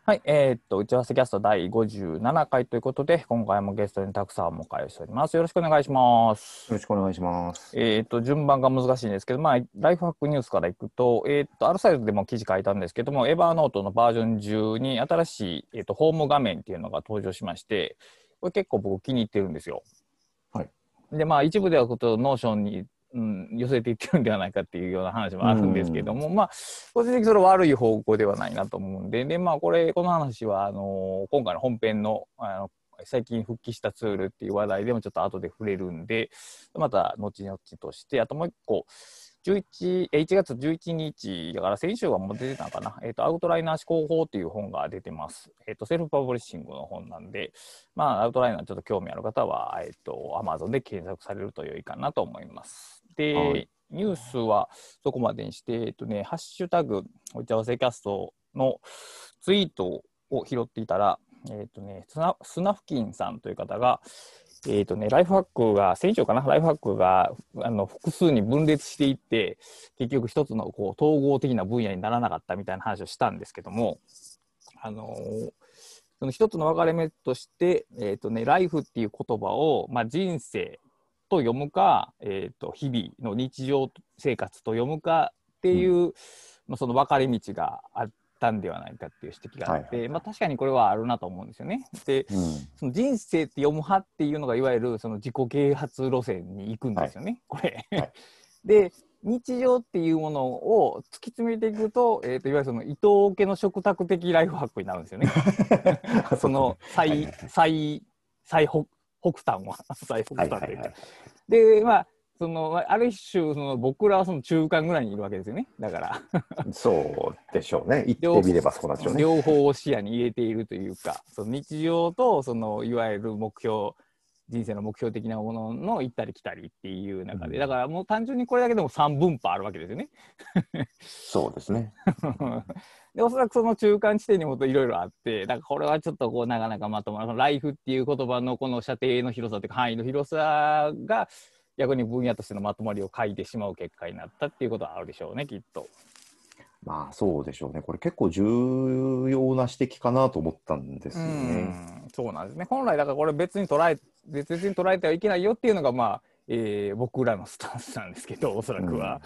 はい、打ち合わせキャスト第57回ということで、今回もゲストにたくさんお迎えしております。よろしくお願いします。 よろしくお願いします。 順番が難しいんですけど、ライフハックニュースからいくと、あるサイトでも記事書いたんですけども、エバーノートのバージョン10に新しい、ホーム画面っていうのが登場しまして、これ結構僕気に入ってるんですよ。 はい。 で、一部ではノーションに寄せていってるんではないかっていうような話もあるんですけども、個人的にそれは悪い方向ではないなと思うんで、この話は、今回の本編の、最近復帰したツールっていう話題でもちょっと後で触れるんで、また後々として、あともう一個、1月11日だから先週はもう出てたのかな、アウトライナー思考法っていう本が出てます。セルフパブリッシングの本なんで、アウトライナーちょっと興味ある方は、Amazon で検索されると良いかなと思います。 はい。 で、ニュースはそこまでにして、ハッシュタグ、打ち合わせキャストのツイートを拾っていたら、スナフキンさんという方が、ライフハックが、先週かな、ライフハックが複数に分裂していって、結局一つのこう統合的な分野にならなかったみたいな話をしたんですけども、その一つの分かれ目として、ライフっていう言葉を、人生と読むか、日々の日常生活と読むかっていう、その分かれ道があったんではないかっていう指摘があって、確かにこれはあるなと思うんですよね。で、その人生って読む派っていうのがいわゆるその自己啓発路線に行くんですよね、これ。で、日常っていうものを突き詰めていくと、いわゆるその伊藤家の食卓的ライフハックになるんですよね。その最北端は最北端というか。で、ある種その僕らはその中間ぐらいにいるわけですよね。だからそうでしょうね。言ってみればそうなんでしょうね。 両方を視野に入れているというか、その日常とそのいわゆる人生の目標的なものの行ったり来たりっていう中で、だからもう単純にこれだけでも3分派あるわけですよね。 そうですね。 で、おそらくその中間地点にもいろいろあって、だからこれはちょっとこうなかなかまとまらない。ライフっていう言葉のこの射程の広さというか範囲の広さが逆に分野としてのまとまりを欠いてしまう結果になったっていうことはあるでしょうね、きっと。 そうでしょうね。これ結構重要な指摘かなと思ったんですよね。 そうなんですね。本来だからこれ別に捉えてはいけないよっていうのが僕らのスタンスなんですけど、おそらくは。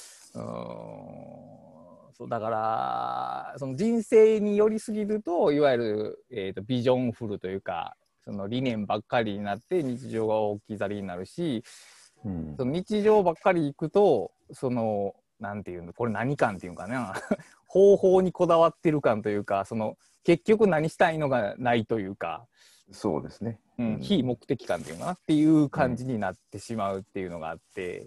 そうだからその人生に寄りすぎるといわゆる、ビジョンフルというかその理念ばっかりになって日常が置き去りになるし、その日常ばっかりいくとそのなんていうのこれ何感っていうかな方法にこだわってる感というかその結局何したいのがないというか、 そうですね。 非目的感っていうかなっていう感じになってしまうっていうのがあって、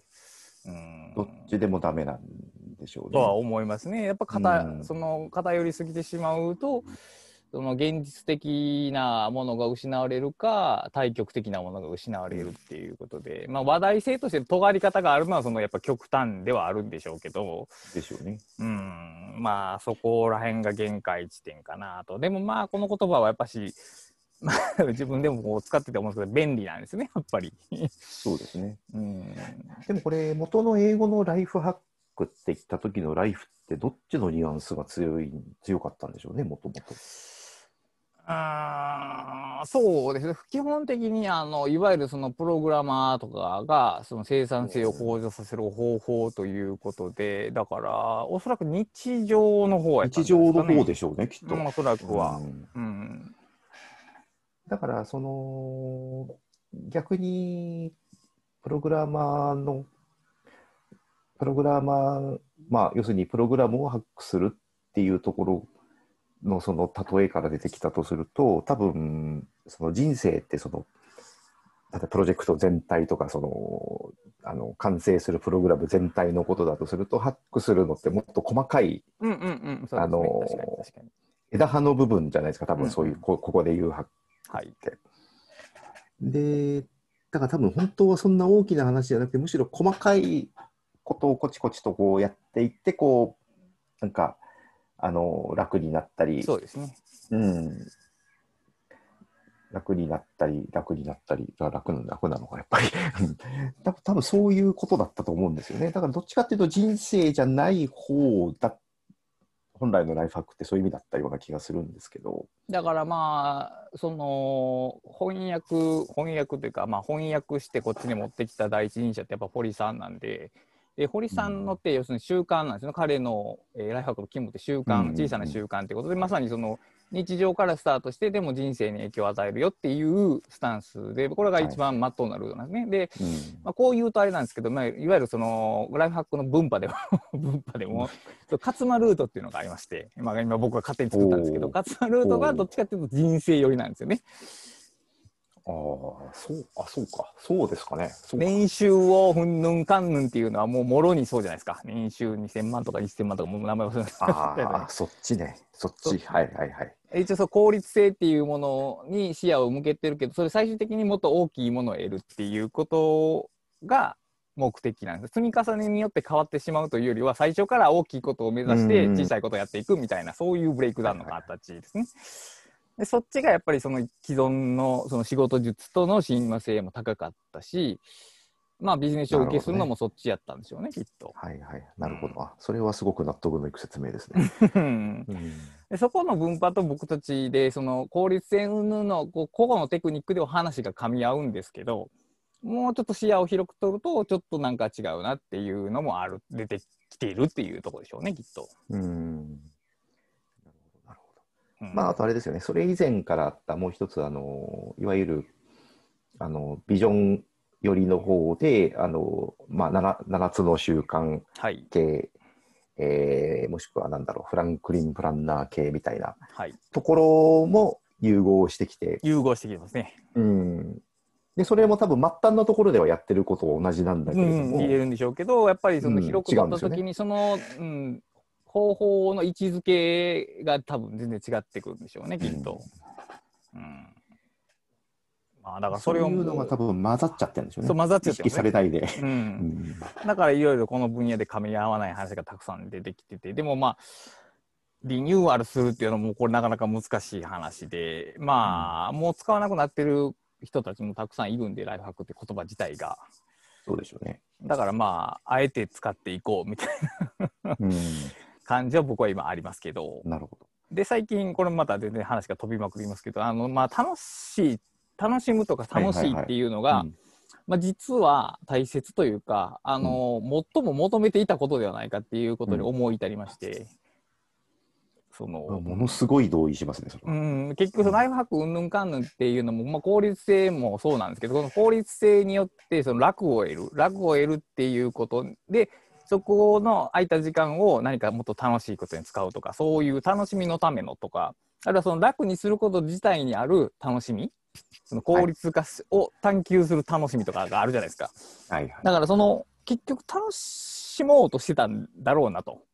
どっちでもダメなんでしょうね。 とは思いますね。やっぱその偏りすぎてしまうとその現実的なものが失われるか対極的なものが失われるっていうことで、話題性として尖り方があるのはそのやっぱ極端ではあるんでしょうけど、 でしょうね。 そこら辺が限界地点かなと。でもこの言葉はやっぱし自分でもこう使ってて思うんですけど便利なんですね、やっぱり。 そうですね。でもこれ元の英語のライフハックって言った時のライフってどっちのニュアンスが強かったんでしょうね、もともと。 そうですね。基本的にいわゆるそのプログラマーとかがその生産性を向上させる方法ということで、だからおそらく日常の方やった日んじゃないですかね。 常の方でしょうね、きっと。 おそらくは。 だから、逆に、プログラマーの、プログラマー、要するにプログラムをハックするっていうところのその例えから出てきたとすると、多分、その人生って例えばプロジェクト全体とか、完成するプログラム全体のことだとすると、ハックするのってもっと細かい、 そうですね。確かに確かに。 枝葉の部分じゃないですか、多分そういう、ここで言うハックって。で、だから多分本当はそんな大きな話じゃなくて、むしろ細かいことをコチコチとこうやっていって、なんか、楽になったり、 そうですね。 楽になったり、楽なのか、やっぱり。多分そういうことだったと思うんですよね。だからどっちかっていうと人生じゃない本来のライフハックってそういう意味だったような気がするんですけど。 だからまあその翻訳というか、まあ、翻訳してこっちに持ってきた第一人者ってやっぱ堀さんなんで、堀さんのって要するに習慣なんですよね、彼の、ライフハックの肝って習慣、小さな習慣ということで、まさにその日常からスタートしてでも人生に影響を与えるよっていうスタンスで、これが一番真っ当なルートなんですね。で、まあ、こう言うとあれなんですけど、まあ、いわゆるそのライフハックの分派でも勝間ルートっていうのがありまして、まあ、今僕が勝手に作ったんですけど、勝間ルートがどっちかっていうと人生寄りなんですよね。 そうか。そうですかね。 年収をふんぬんかんぬんっていうのはもうもろにそうじゃないですか。年収2000万とか1000万とかもう名前忘れました。 そっちね。そっち。はいはいはい。 一応そう効率性っていうものに視野を向けてるけど、それ最終的にもっと大きいものを得るっていうことが目的なんです。積み重ねによって変わってしまうというよりは、最初から大きいことを目指して小さいことをやっていくみたいな、そういうブレイクダウンの形ですね。でそっちがやっぱりその既存のその仕事術との親和性も高かったし、まあビジネス書を受けするのもそっちやったんでしょうね、きっと。 はいはい。なるほど。それはすごく納得のいく説明ですね。 でそこの分派と僕たちでその効率性云々の個々のテクニックでは話が噛み合うんですけど、もうちょっと視野を広く取るとちょっとなんか違うなっていうのも出てきているっていうところでしょうね、きっと。 まあ、あとあれですよね、それ以前からあったもう一つ、いわゆるビジョン寄りの方で、まあ、7つの習慣系、もしくはフランクリン・プランナー系みたいなところも融合してきて。 融合してきてますね。 で、それも多分末端のところではやってることは同じなんだけれども。 言えるんでしょうけど、やっぱりその広く取った時に、その、方法の位置づけが多分全然違ってくるんでしょうね、きっと。 まあ、だからそれをそういうのが多分混ざっちゃってるんでしょうね。 そう混ざっちゃってる、 意識されないで。 だからいろいろこの分野で噛み合わない話がたくさん出てきてて、でもまあリニューアルするっていうのもこれなかなか難しい話で、まあ、もう使わなくなってる人たちもたくさんいるんで、ライフハックって言葉自体が。 そうでしょうね。 だからまああえて使っていこうみたいな感じは僕は今ありますけど。 なるほど。 で最近これまた全然話が飛びまくりますけど、まあ楽しむとか楽しいっていうのが、まあ、実は大切というか、最も求めていたことではないかっていうことに思い至りまして、 ものすごい同意しますね、それ。 結局そのライフハックうんぬんかんぬんっていうのも、まあ、効率性もそうなんですけど、この効率性によってその楽を得るっていうことで、そこの空いた時間を何かもっと楽しいことに使うとか、そういう楽しみのためのとか、あるいはその楽にすること自体にある楽しみ、その効率化を探求する楽しみとかがあるじゃないですか。だからその結局楽しもうとしてたんだろうなと。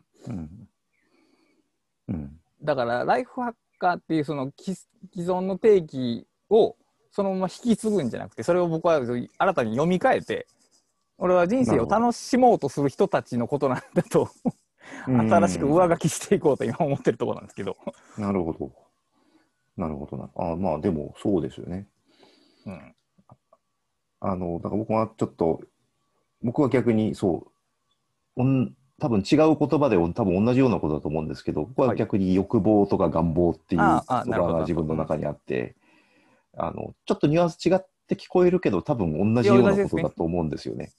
だからライフハッカーっていうその既存の定義をそのまま引き継ぐんじゃなくて、それを僕は新たに読み替えて、俺は人生を楽しもうとする人たちのことなんだと新しく上書きしていこうと今思ってるところなんですけど。 なるほど。なるほどな。まあでもそうですよね。だから僕は逆に多分違う言葉で多分同じようなことだと思うんですけど、僕は逆に欲望とか願望っていう言葉が自分の中にあって、ちょっとニュアンス違って聞こえるけど、多分同じようなことだと思うんですよね。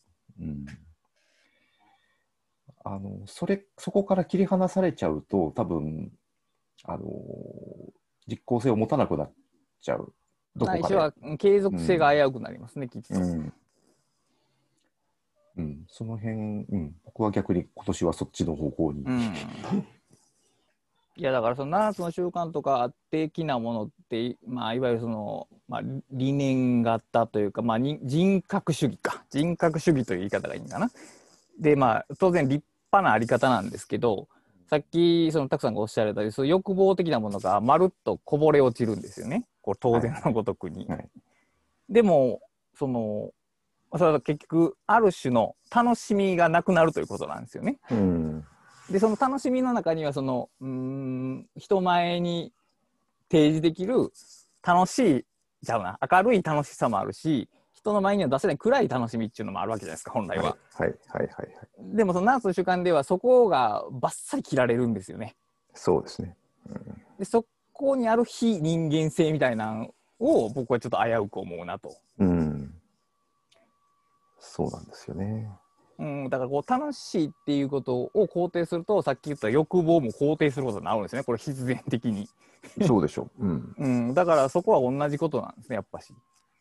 そこから切り離されちゃうと、多分実効性を持たなくなっちゃう。 最初は継続性が危うくなりますね、きっと。 その辺、僕は逆に今年はそっちの方向に。 いやだからその7つの習慣とか的なものって、まあ、いわゆるその、まあ、理念型というか、まあ、人格主義という言い方がいいのかな。でまあ当然立派なあり方なんですけど、さっきそのたくさんがおっしゃられたように、その欲望的なものがまるっとこぼれ落ちるんですよね、こう当然のごとくに。でもそれは結局ある種の楽しみがなくなるということなんですよね。でその楽しみの中にはその人前に提示できる楽しい明るい楽しさもあるし、 人の前には出せない暗い楽しみっていうのもあるわけじゃないですか、本来は。 はいはいはいはい。 でもその7つの習慣ではそこがバッサリ切られるんですよね。 そうですね。 でそこにある非人間性みたいなのを僕はちょっと危うく思うなと。 そうなんですよね。 だからこう楽しいっていうことを肯定すると、さっき言った欲望も肯定することになるんですね、これ必然的に。 そうでしょう。 だからそこは同じことなんですね、やっぱし。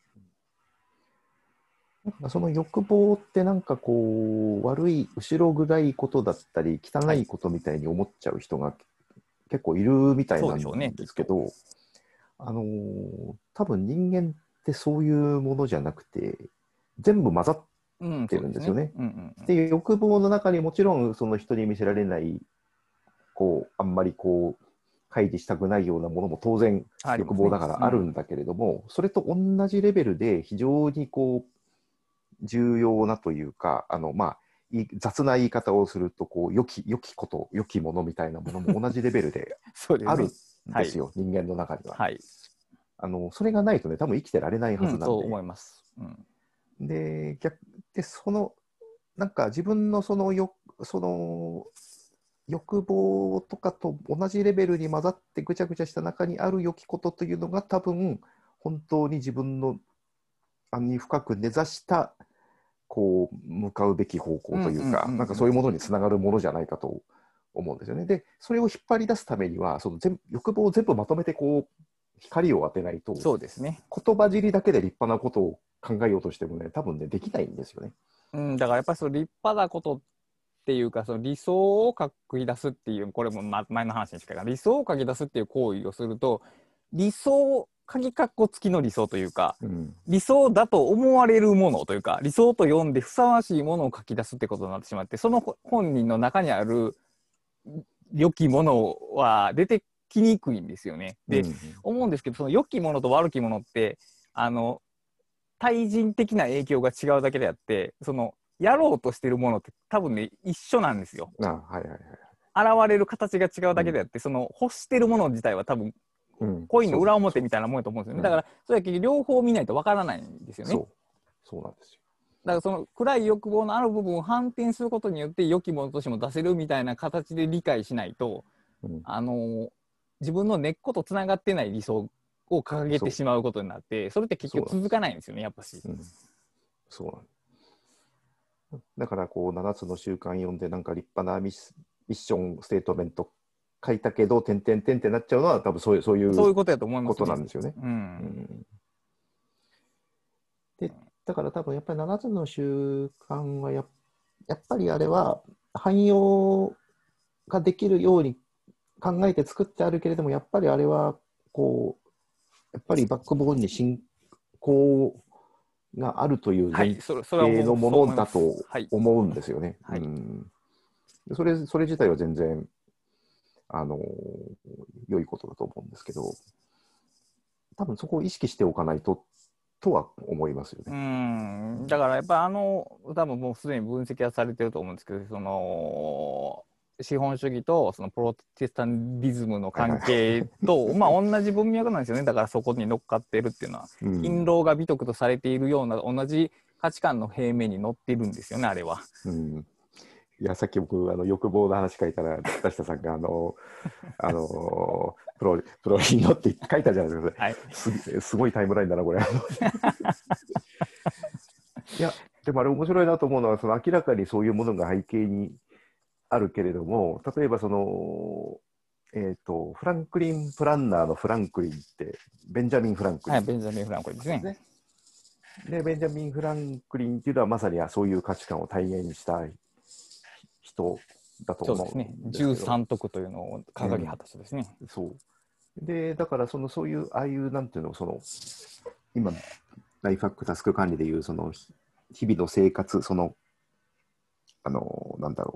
その欲望ってなんかこう悪い後ろ暗いことだったり汚いことみたいに思っちゃう人が結構いるみたいなんですけど、多分人間ってそういうものじゃなくて全部混ざってるんですよね。で欲望の中にもちろんその人に見せられないこうあんまりこう開示したくないようなものも当然欲望だからあるんだけれども、それと同じレベルで非常にこう重要なというか、雑な言い方をするとこう良きこと、良きものみたいなものも同じレベルであるんですよ、人間の中には。それがないとね、多分生きてられないはずなんで。 そう思います。 で、そのなんか自分のその欲望とかと同じレベルに混ざってぐちゃぐちゃした中にある良きことというのが多分本当に自分のに深く根ざしたこう向かうべき方向というか、なんかそういうものにつながるものじゃないかと思うんですよね。で、それを引っ張り出すためには、その欲望を全部まとめてこう光を当てないと、 そうですね。 言葉尻だけで立派なことを考えようとしてもね、多分ねできないんですよね。 だからやっぱりその立派なことっていうか、その理想を書き出すっていう、これも前の話に近いから、理想を書き出すっていう行為をすると、理想鍵括弧付きの理想というか、理想だと思われるものというか、理想と読んでふさわしいものを書き出すってことになってしまって、その本人の中にある良きものは出てきにくいんですよね。で、思うんですけど、その良きものと悪きものって対人的な影響が違うだけであって、そのやろうとしてるものって多分ね一緒なんですよ。現れる形が違うだけであって、その欲してるもの自体は多分コインの裏表みたいなもんやと思うんですよね。だからそれだけ両方見ないとわからないんですよね。 そうなんですよ。 だからその暗い欲望のある部分を反転することによって良きものとしても出せるみたいな形で理解しないと、自分の根っことつながってない理想を掲げてしまうことになって、それって結局続かないんですよね、やっぱし。 そうなんだからこう7つの習慣読んでなんか立派なミッションステートメント書いたけど点々点ってなっちゃうのは多分そういうことやと思いますね。ことなんですよね。でだから多分やっぱり7つの習慣はやっぱりあれは汎用ができるように考えて作ってあるけれども、やっぱりあれはこうやっぱりバックボーンに信仰があるという前提のものだと思うんですよね。それ自体は全然良いことだと思うんですけど、多分そこを意識しておかないとは思いますよね。 だからやっぱ多分もうすでに分析はされてると思うんですけど、その資本主義とそのプロテスタンティズムの関係と同じ文脈なんですよね。だからそこに乗っかっているっていうのは、勤労が美徳とされているような同じ価値観の平面に乗っているんですよね、あれは。 いやさっき僕欲望の話書いたら田下さんがプロリンゴって書いたじゃないですか。すごいタイムラインだなこれ。いやでもあれ面白いなと思うのは、その明らかにそういうものが背景にあるけれども、例えばそのフランクリン・プランナーのフランクリンってベンジャミン・フランクリン、 ベンジャミン・フランクリンですね。 でベンジャミン・フランクリンっていうのはまさにそういう価値観を体現した人だと思うんですけど、 13徳というのを掲げ果たすですね。 そうでだからそういうああいうなんていうの、その今ライフハックタスク管理でいうその日々の生活、そのなんだろ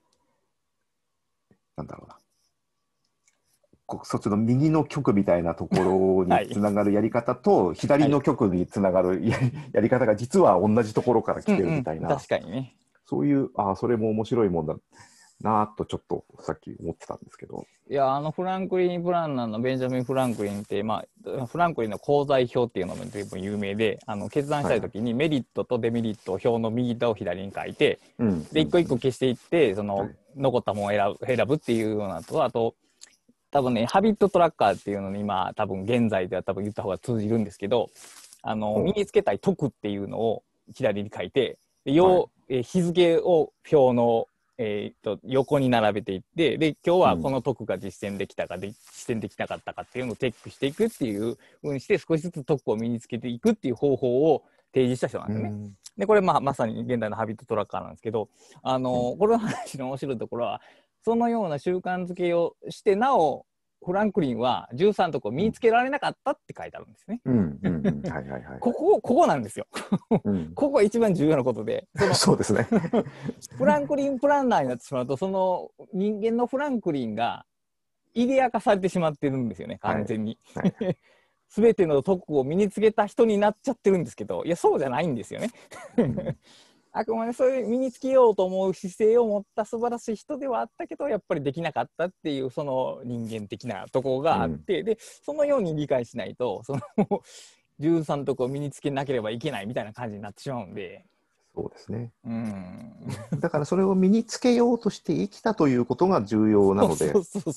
うな、そっちの右の極みたいなところにつながるやり方と、左の極につながるやり方が実は同じところから来てるみたいな、 確かにね。 そういうそれも面白いもんだなとちょっとさっき思ってたんですけど。 いや、フランクリン・プランナーのベンジャミン・フランクリンって、まあ、フランクリンの功罪表っていうのも随分有名で、決断したいときにメリットとデメリットを表の右と左に書いて、で、一個一個消していって、残ったものを選ぶっていうようなと、あと、多分ね、ハビットトラッカーっていうのに今、多分現在では多分言った方が通じるんですけど、身につけたい徳っていうのを左に書いて、日付を表の、横に並べていって、で、今日はこの徳が実践できたか実践できなかったかっていうのをチェックしていくっていう風にして、少しずつ徳を身につけていくっていう方法を提示した人なんですよね。で、これ、まさに現代のハビットトラッカーなんですけど、これの話の面白いところは、そのような習慣づけをしてなおフランクリンは13とこ身につけられなかったって書いてあるんですね。ここなんですよ。ここが一番重要なことで、 そうですね。 フランクリンプランナーになってしまうと、その人間のフランクリンがイデア化されてしまってるんですよね、完全に。すべての徳を身につけた人になっちゃってるんですけど、いや、そうじゃないんですよね。あくまでそういう身につけようと思う姿勢を持った素晴らしい人ではあったけど、やっぱりできなかったっていうその人間的なところがあって、でそのように理解しないと13とこ身につけなければいけないみたいな感じになってしまうんで。 そうですね。だからそれを身につけようとして生きたということが重要なので、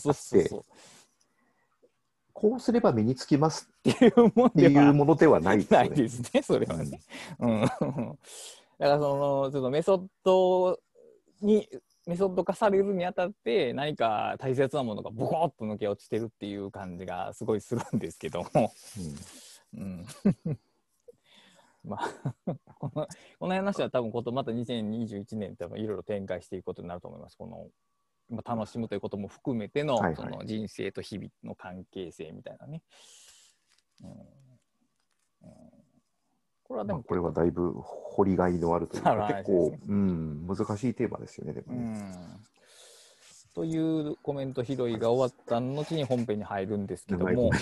こうすれば身につきますっていうものではないですよね。 ないですね、それはね。だからちょっとメソッド化されるにあたって何か大切なものがボコッと抜け落ちてるっていう感じがすごいするんですけども、まあこの話は多分また2021年多分いろいろ展開していくことになると思います。楽しむということも含めての、その人生と日々の関係性みたいなね。 これはだいぶ掘りがいのあるというか、結構、難しいテーマですよね、でもね。 というコメント拾いが終わった後に本編に入るんですけども、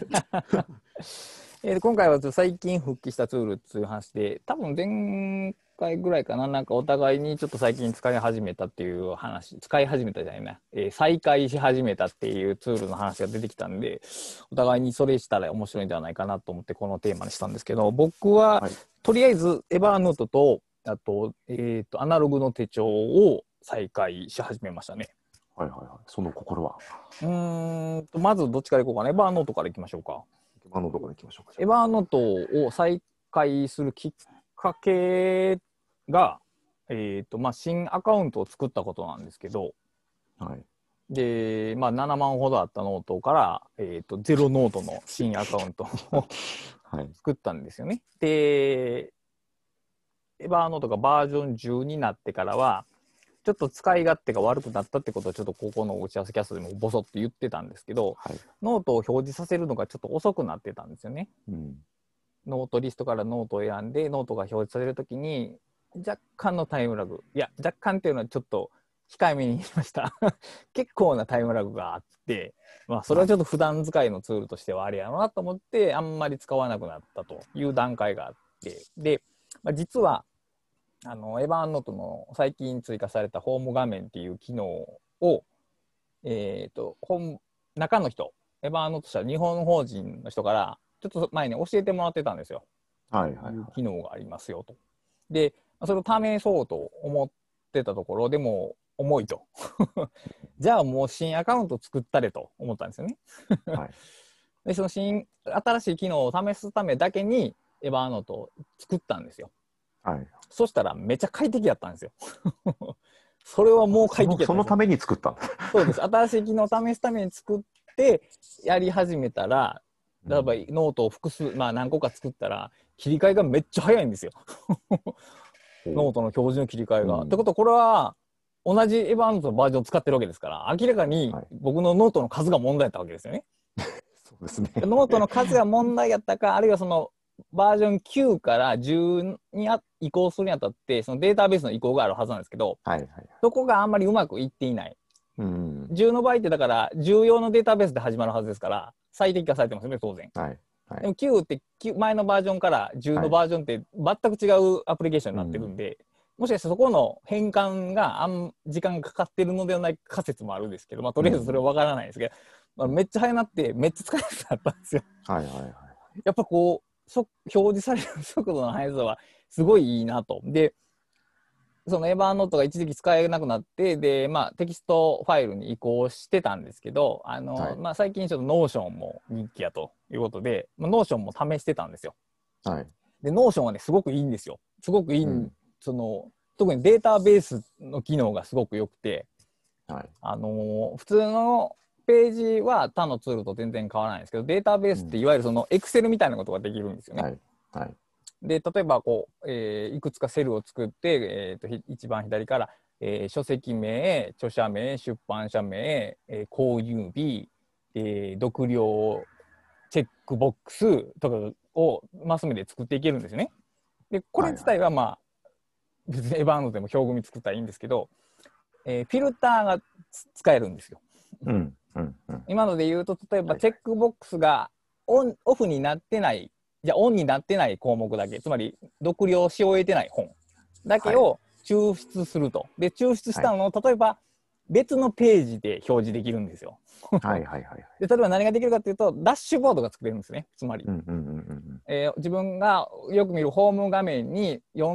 今回は最近復帰したツールっていう話で、多分前回ぐらいかな、なんかお互いにちょっと最近使い始めたっていう話、使い始めたじゃないな、再開し始めたっていうツールの話が出てきたんで、お互いにそれしたら面白いんじゃないかなと思ってこのテーマにしたんですけど、僕は、とりあえずエバーノートと、あと、アナログの手帳を再開し始めましたね。 その心はまずどっちからいこうかな。エバーノートからいきましょうか。 エバーノートからいきましょうか。 エバーノートを再開するきっかけが、新アカウントを作ったことなんですけど、で、7万ほどあったノートから、ゼロノートの新アカウントを作ったんですよね。で、エバーノートがバージョン10になってからは、ちょっと使い勝手が悪くなったってことをちょっとここの打ち合わせキャストでもボソッと言ってたんですけど、ノートを表示させるのがちょっと遅くなってたんですよね。ノートリストからノートを選んでノートが表示されるときに若干のタイムラグ、いや若干っていうのはちょっと控えめに言いました結構なタイムラグがあって、それはちょっと普段使いのツールとしてはあれやろなと思ってあんまり使わなくなったという段階があって、で、実はエヴァーノートの最近追加されたホーム画面っていう機能を、中の人、エヴァーノート社日本法人の人からちょっと前に教えてもらってたんですよ。いう機能がありますよと。で、それを試そうと思ってたところ、でも重いと。じゃあもう新アカウント作ったれと思ったんですよね。で、その新しい機能を試すためだけにエヴァーノートを作ったんですよ。そしたらめっちゃ快適だったんですよ。それはもう快適だったんですよ。 そのために作ったんだ。 そうです。新しい機能を試すために作ってやり始めたら、例えばノートを複数、何個か作ったら切り替えがめっちゃ早いんですよ。ノートの表示の切り替えが。ってことはこれは同じエヴァーノートのバージョンを使ってるわけですから、明らかに僕のノートの数が問題だったわけですよね。 そうですね。 ノートの数が問題やったか、あるいはそのバージョン9から10に移行するにあたってそのデータベースの移行があるはずなんですけど、そこがあんまりうまくいっていない。10の場合ってだから重要のデータベースで始まるはずですから最適化されてますよね、当然。でも9って前のバージョンから10のバージョンって全く違うアプリケーションになってるんで、 もしかしたらそこの変換が時間がかかってるのではない仮説もあるんですけど、まあ、とりあえずそれは分からないですけど、まあ、めっちゃ早なってめっちゃ使いやすくなったんですよ。 はいはいはい。 やっぱこう表示される速度の速さはすごいいいなと。でそのエヴァーノートが一時期使えなくなってで、まあ、テキストファイルに移行してたんですけどはいまあ、最近ちょっとノーションも人気やということで、まあ、ノーションも試してたんですよ。 はい。 でノーションはねすごくいいんですよ。すごくいい、その特にデータベースの機能がすごく良くて、 はい、 普通のページは他のツールと全然変わらないんですけど、データベースっていわゆるそのエクセルみたいなことができるんですよね。 はいはい、 で例えばこう、いくつかセルを作って、一番左から、書籍名、著者名、出版社名、購入日、読量チェックボックスとかをマス目で作っていけるんですよね。でこれ自体はまあ別にエヴァーノートでも表組作ったらいいんですけど、フィルターが使えるんですよ。 うんうんうん、 今ので言うと例えばチェックボックスがオフになってないじゃあオンになってない項目だけ、つまり読了し終えてない本だけを抽出すると。で抽出したのを例えば別のページで表示できるんですよ。 はいはいはい。 で例えば何ができるかというとダッシュボードが作れるんですね。つまり、自分がよく見るホーム画面に読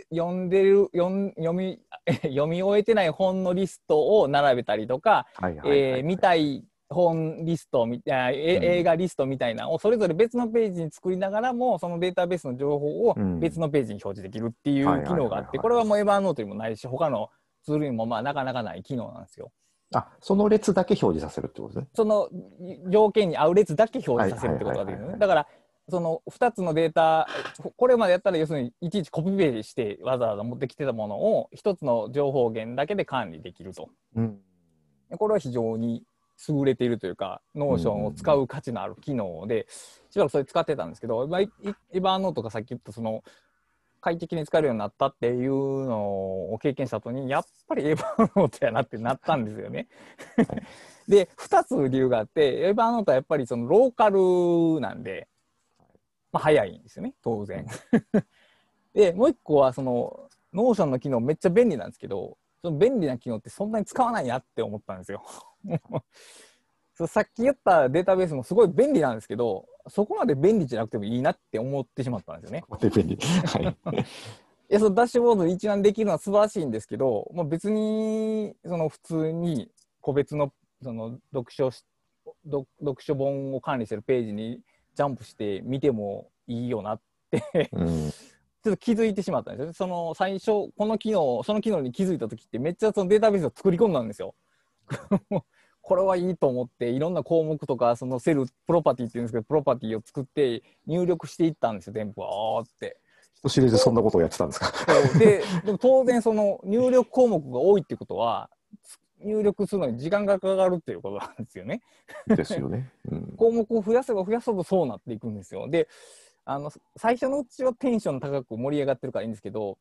み終えてない本のリストを並べたりとか、見たい本リスト映画リストみたいなのをそれぞれ別のページに作りながらもそのデータベースの情報を別のページに表示できるっていう機能があって、これはもうエヴァーノートにもないし他のツールにもまあなかなかない機能なんですよ。 あ、その列だけ表示させるってことですね。 その条件に合う列だけ表示させるってことができるね。だからその2つのデータ、これまでやったら要するにいちいちコピペしてわざわざ持ってきてたものを1つの情報源だけで管理できると、これは非常に優れているというかノーションを使う価値のある機能でしばらくそれ使ってたんですけど、エヴァーノートがさっき言ったその快適に使えるようになったっていうのを経験した後にやっぱりエヴァーノートやなってなったんですよね。で2つ理由があって、エヴァーノートはやっぱりそのローカルなんで、まあ、早いんですよね当然。でもう一個はそのノーションの機能めっちゃ便利なんですけど、その便利な機能ってそんなに使わないなって思ったんですよ。さっき言ったデータベースもすごい便利なんですけど、そこまで便利じゃなくてもいいなって思ってしまったんですよね。 便利。はい。 いやそのダッシュボードで一覧できるのは素晴らしいんですけど、まあ、別にその普通に個別のその読書本を管理してるページにジャンプして見てもいいよなってちょっと気づいてしまったんですよ。その最初その機能に気づいた時ってめっちゃそのデータベースを作り込んだんですよ。これはいいと思っていろんな項目とかそのセルプロパティっていうんですけどプロパティを作って入力していったんですよ全部って。 人知れずそんなことをやってたんですか。 でも当然その入力項目が多いってことは入力するのに時間がかかるっていうことなんですよね。 ですよね。 項目を増やせば増やすほどそうなっていくんですよ。で最初のうちはテンション高く盛り上がってるからいいんですけど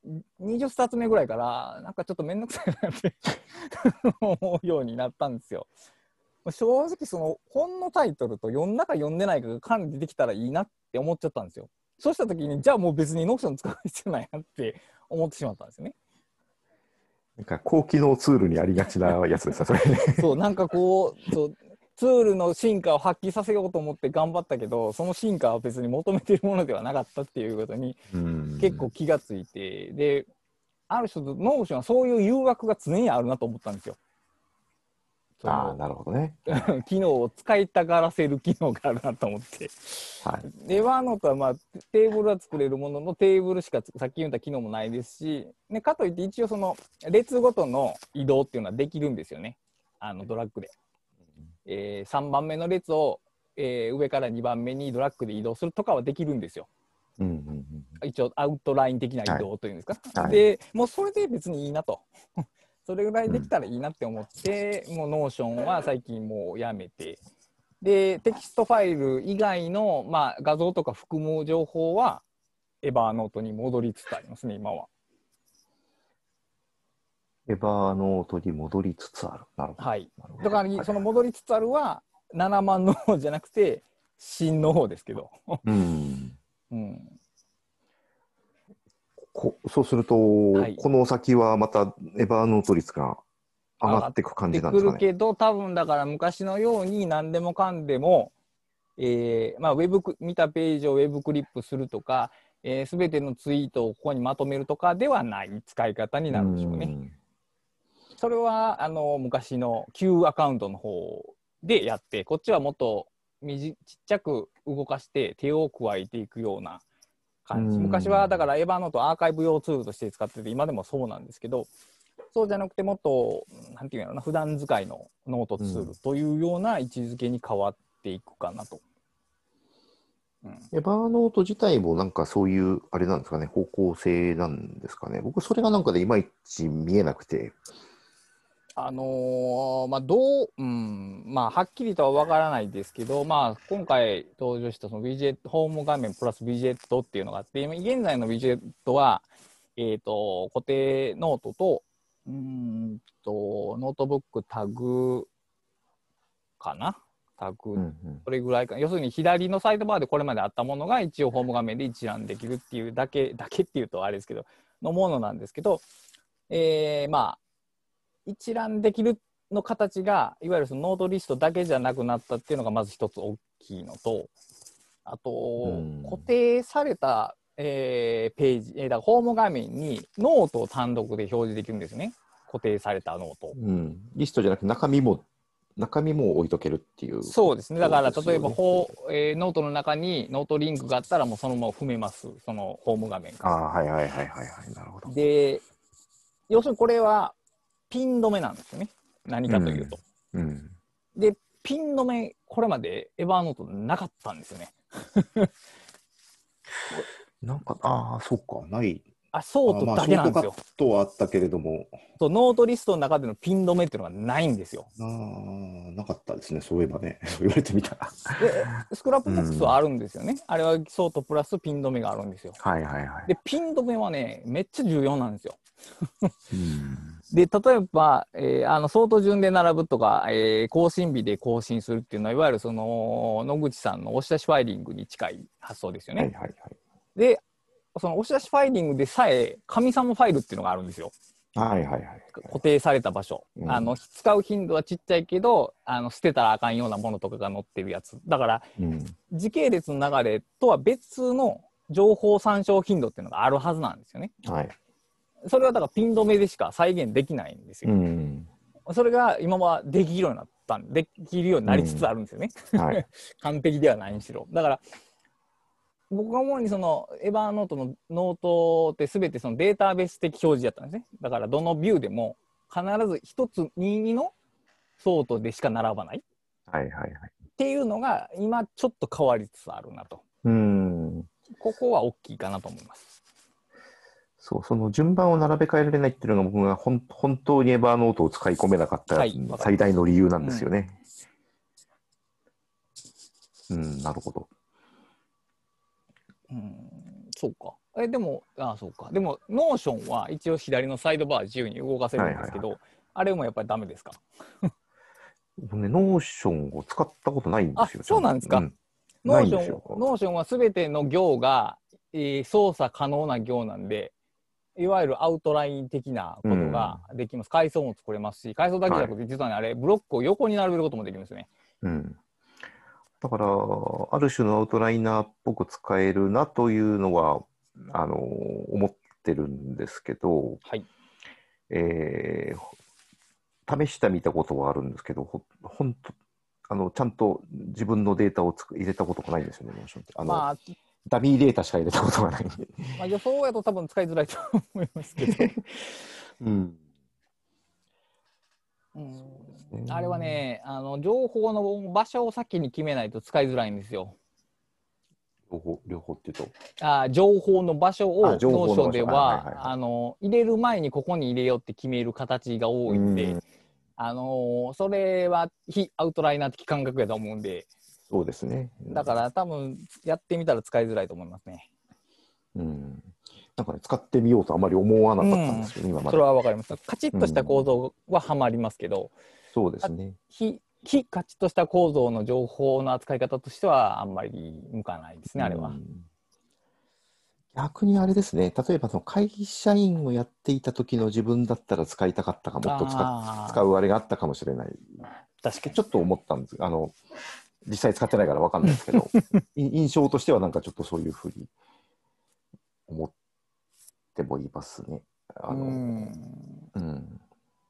20冊目ぐらいからなんかちょっと面倒くさいなって思うようになったんですよ。正直その本のタイトルと読んだか読んでないかが管理できたらいいなって思っちゃったんですよ。そうした時にじゃあもう別にノーション使う必要ないなって思ってしまったんですよね。 なんか高機能ツールにありがちなやつですよそれね。 そうなんかこうツールの進化を発揮させようと思って頑張ったけどその進化は別に求めているものではなかったっていうことに結構気がついて、である種ノーションはそういう誘惑が常にあるなと思ったんですよ。 ああなるほどね。 機能を使いたがらせる機能があるなと思って、 はい、 でエヴァーノートは、まあ、テーブルは作れるもののテーブルしかさっき言った機能もないですし、ね、かといって一応その列ごとの移動っていうのはできるんですよねドラッグで。3番目の列を、上から2番目にドラッグで移動するとかはできるんですよ。一応アウトライン的な移動というんですか、はい、でもうそれで別にいいなとそれぐらいできたらいいなって思って、もうノーションは最近もうやめて、でテキストファイル以外の、まあ、画像とか含む情報はエヴァーノートに戻りつつありますね今は。 エヴァーノートに戻りつつある。なるほど。 はい。だからその戻りつつあるは7万の方じゃなくて新の方ですけど。うん。 そうすると、 はい、 この先はまたエバーノート率が上がっていく感じなんでくすかね。 るけど、多分だから昔のように何でもかんでも、まあ、見たページをウェブクリップするとか、すべてのツイートをここにまとめるとかではない使い方にうなるでしょうね。 ん。 それは昔の Q アカウントの方でやって、こっちはもっとちっちゃく動かして手を加えていくようなう感じ。昔はだかん。 らエヴァノートアーカイブ用ツールとして使ってて、今でもそうなんですけど、そうじゃなくてもっとなんていうのかな、普段使いのノートツールというような位置づけに変わっていくかなと。うん、 エバーノート自体もなんかそういう、あれなんですかね、方向性なんですかね。僕、それがなんかでいまいち見えなくて。 まあまあはっきりとはわからないですけど、まあ今回登場したそのウィジェットホーム画面プラスウィジェットっていうのがあって、今現在のウィジェットは固定ノートとノートブックタグかな、タグうんうんそれぐらいか、要するに左のサイドバーでこれまであったものが一応ホーム画面で一覧できるっていうだけっていうとあれですけどのものなんですけど、まあ一覧できるの形がいわゆるそのノートリストだけじゃなくなったっていうのがまず一つ大きいのと、あうと固ん定された、ページ、だからホーム画面にノートを単独で表示できるんですね。固定されたノート。 うん。リストじゃなくて中身も置いとけるっていうこそうですね。だとから例えばですよね。 ノートの中にノートリンクがあったらもうそのまま踏めます。そのホーム画面から。 ああ、はいはいはいはいはい。なるほど。 で、要するにこれはピン止めなんですよね。何うん。 かというと。 うん。 で、ピン止め、これまでエヴァーノートなかったんですよね。 なんか、ああ、そっか、ない。 ソートまあ、ショートカッだけなんですよ。 トはあったけれども、 そうノートリストの中でのピン止めっていうのがないんですよ。 なかったですね、そういえばね。そう言われてみたら。 で、スクラップボックスはうん。 あるんですよね。あれはソートプラスピン止めがあるんですよ。 はいはいはい。 で、ピン止めはね、めっちゃ重要なんですよ。 うん。 で、例えば、ソート順で並ぶとか、更新日で更新するっていうのは、いわゆるその野口さんの押し出しファイリングに近い発想ですよね。 はいはいはい。 で、その押し出しファイリングでさえ、神様ファイルっていうのがあるんですよ。 はいはいはい。 固定された場所。 うん。 使う頻度はちっちゃいけど、捨てたらあかんようなものとかが載ってるやつ。だから、 うん。 時系列の流れとは別の情報参照頻度っていうのがあるはずなんですよね。 はい。 それはだからピン止めでしか再現できないんですうよ。 ん。 それが今はできるようになったできるようになりつつうん。 あるんですよね。 はい。 完璧ではないにしろ。だから僕が思うにそのエヴァーノートのノートって全てそのデータベース的表示だったんですね。だからどのビューでも必ず一つ任意のソートでしか並ばないっはいはいはい。 ていうのが今ちょっと変わりつつあるなと。 うん。 ここは大きいかなと思います。 そう、その順番を並べ替えられないっていうのが僕が本当にエバーノートを使い込めなかったはい、わかり最ます。 大の理由なんうん。 ですよね。うん、なるほど。 うん、そうか。でも、そうか。でも、ノーションは一応左のサイドバー自由に動かせるはいはいはい。 んですけど、あれもやっぱりダメですか？ 僕ね、ノーションを使ったことないんですよ、ちゃそうんと。 なんですか。 うん。ないんですよ。 ノーションはすべての行が、操作可能な行なんで、いわゆるアウトライン的なうことがん。 できます。階層も作れますし、階層だけじゃはい。 なくて、実はね、あれ、ブロックを横に並べることもできるんですよね。 うん。だから、ある種のアウトライナーっぽく使えるなというのは、思ってるんですけど、 はい。 え試してみたことはあるんですけど、ほんと、ちゃんと自分のデータを入れたことがないんですよね、ノーションって。 まあ、 ダミーデータしか入れたことがないんで。 予想やと多分使いづらいと思いますけど。 うん。 うん、 そうですね。 あれはね、情報の場所を先に決めないと使いづらいんですよ。 両方っていうと。 情報の場所を情ノーション報の場所。はいでははいはい。 入れる前にここに入れようって決める形が多いんで、 うん。 それは非アウトライナー的感覚やと思うんで、 そうですね。 だから多分やってみたら使いづらいと思いますね。 うん。なんかね、使ってみようとあまり思わなかったんですよね、今まそれで。 はわかります。カチッうとした構ん。 造ははまりますけど、 そうですね。 非カチッとした構造の情報の扱い方としてはあんまり向かないですね、あれは。 うん。 逆にあれですね、例えばその会社員をやっていた時の自分だったら使いたかったか、もっと使うあれがあったかもしれない。 確かに。 ちょっと思ったんです。実際使ってないから分かんないですけど、印象としてはなんかちょっとそういうふうに思ってもいますね。 うん。 うん。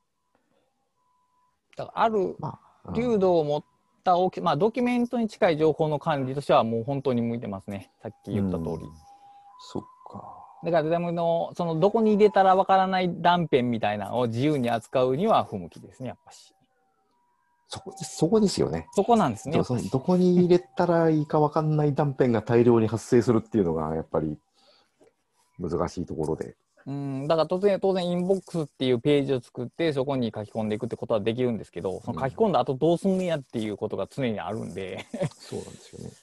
だからあるまあ、 流度を持ったまあ、ドキュメントに近い情報の管理としてはもう本当に向いてますね。さっき言った通り。 そっか。 だからでもそのどこに入れたらわからない断片みたいなのを自由に扱うには不向きですね、やっぱし。 そこですよね。 そこなんですね、やっぱし。 どこに入れたらいいか分かんない断片が大量に発生するっていうのがやっぱり難しいところで。 うん、だから当然インボックスっていうページを作ってそこに書き込んでいくってことはできるんですけど、その書き込んだ後どうすんねやっていうことが常にあるんでそうなんですよね。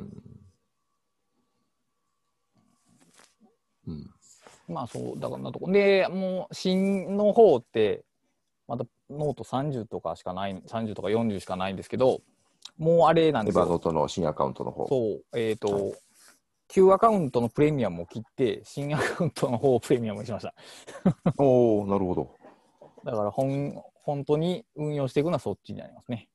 まあそうだからなとこでもう新の方ってまだノート30とかしかない30とか40しかないんですけど、もうあれなんですよ。 エヴァノートの新アカウントの方。 そう旧アカウントのプレミアムを切って新アカウントの方をプレミアムにしましたおお、なるほど。 だから本当に運用していくのはそっちになりますね。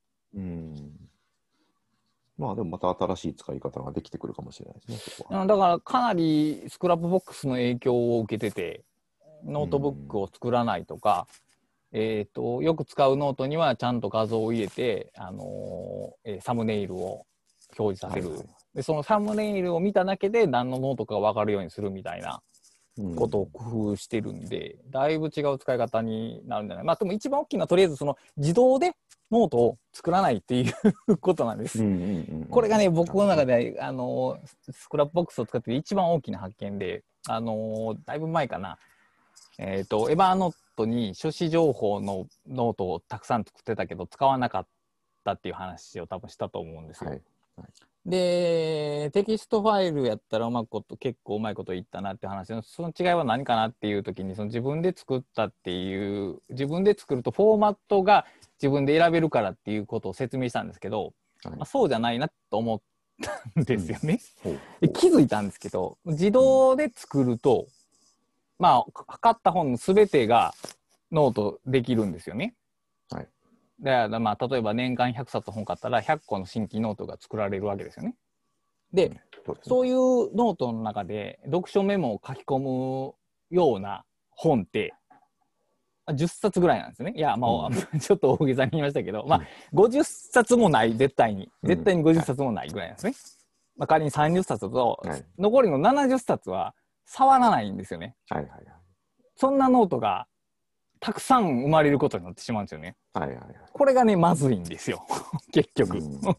まあでもまた新しい使い方ができてくるかもしれないですね、そこは。 だからかなりスクラップボックスの影響を受けてて、ノートブックを作らないとか、よく使うノートにはちゃんと画像を入れて、サムネイルを表示させる、でそのサムネイルを見ただけで何のノートか分かるようにするみたいなことを工夫してるんで、だいぶ違う使い方になるんじゃない。まあでも一番大きなのはとりあえずその自動でノートを作らないっていうことなんです。これがね、僕の中でスクラップボックスを使って一番大きな発見で、だいぶ前かな、エヴァノートに書誌情報のノートをたくさん作ってたけど使わなかったっていう話を多分したと思うんですよ。でテキストファイルやったら結構うまいこと言ったなって話の、その違いは何かなっていう時に、その自分で作ったっていう、自分で作るとフォーマットが自分で選べるからっていうことを説明したんですけど、そうじゃないなと思ったんですよね。で気づいたんですけど、自動で作るとまあ測った本の全てがノートできるんですよね。でまあ、例えば年間100冊本買ったら100個の新規ノートが作られるわけですよね。で、そういうノートの中で読書メモを書き込むような本って10冊ぐらいなんですね。いや、まあ、ちょっと大げさに言いましたけど、まあ、50冊もない、絶対に50冊もないぐらいなんですね。まあ、仮に30冊と、残りの70冊は触らないんですよね。そんなノートがたくさん生まれることになってしまうんですよね。これがね、まずいんですよ。結局。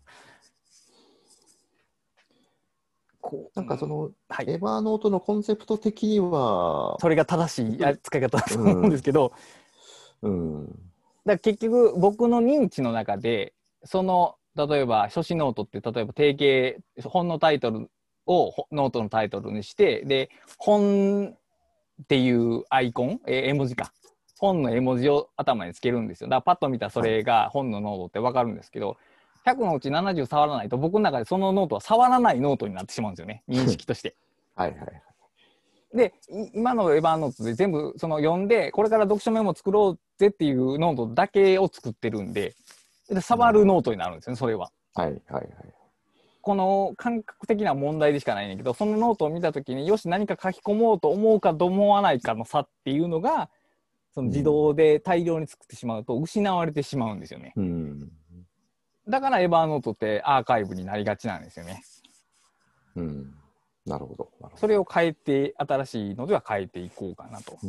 なんかその、エヴァノートのコンセプト的にはそれが正しい使い方だと思うんですけど、だから結局僕の認知の中で、その例えば書誌ノートって例えば定型本のタイトルをノートのタイトルにして、で本っていうアイコン、絵文字か、本の絵文字を頭につけるんですよ。だからパッと見たらそれが本のノートって分かるんですけど、100のうち70触らないと僕の中でそのノートは触らないノートになってしまうんですよね、認識として。で今のエヴァノートで全部その読んでこれから読書メモ作ろうぜっていうノートだけを作ってるんで、触るノートになるんですよね、それは。この感覚的な問題でしかないんだけど、そのノートを見た時によし何か書き込もうと思うかと思わないかの差っていうのが、その自動で大量に作ってしまうと失われてしまうんですよね。だからエヴァノートってアーカイブになりがちなんですよね。 なるほど。 それを変えて、新しいのでは変えていこうかなと。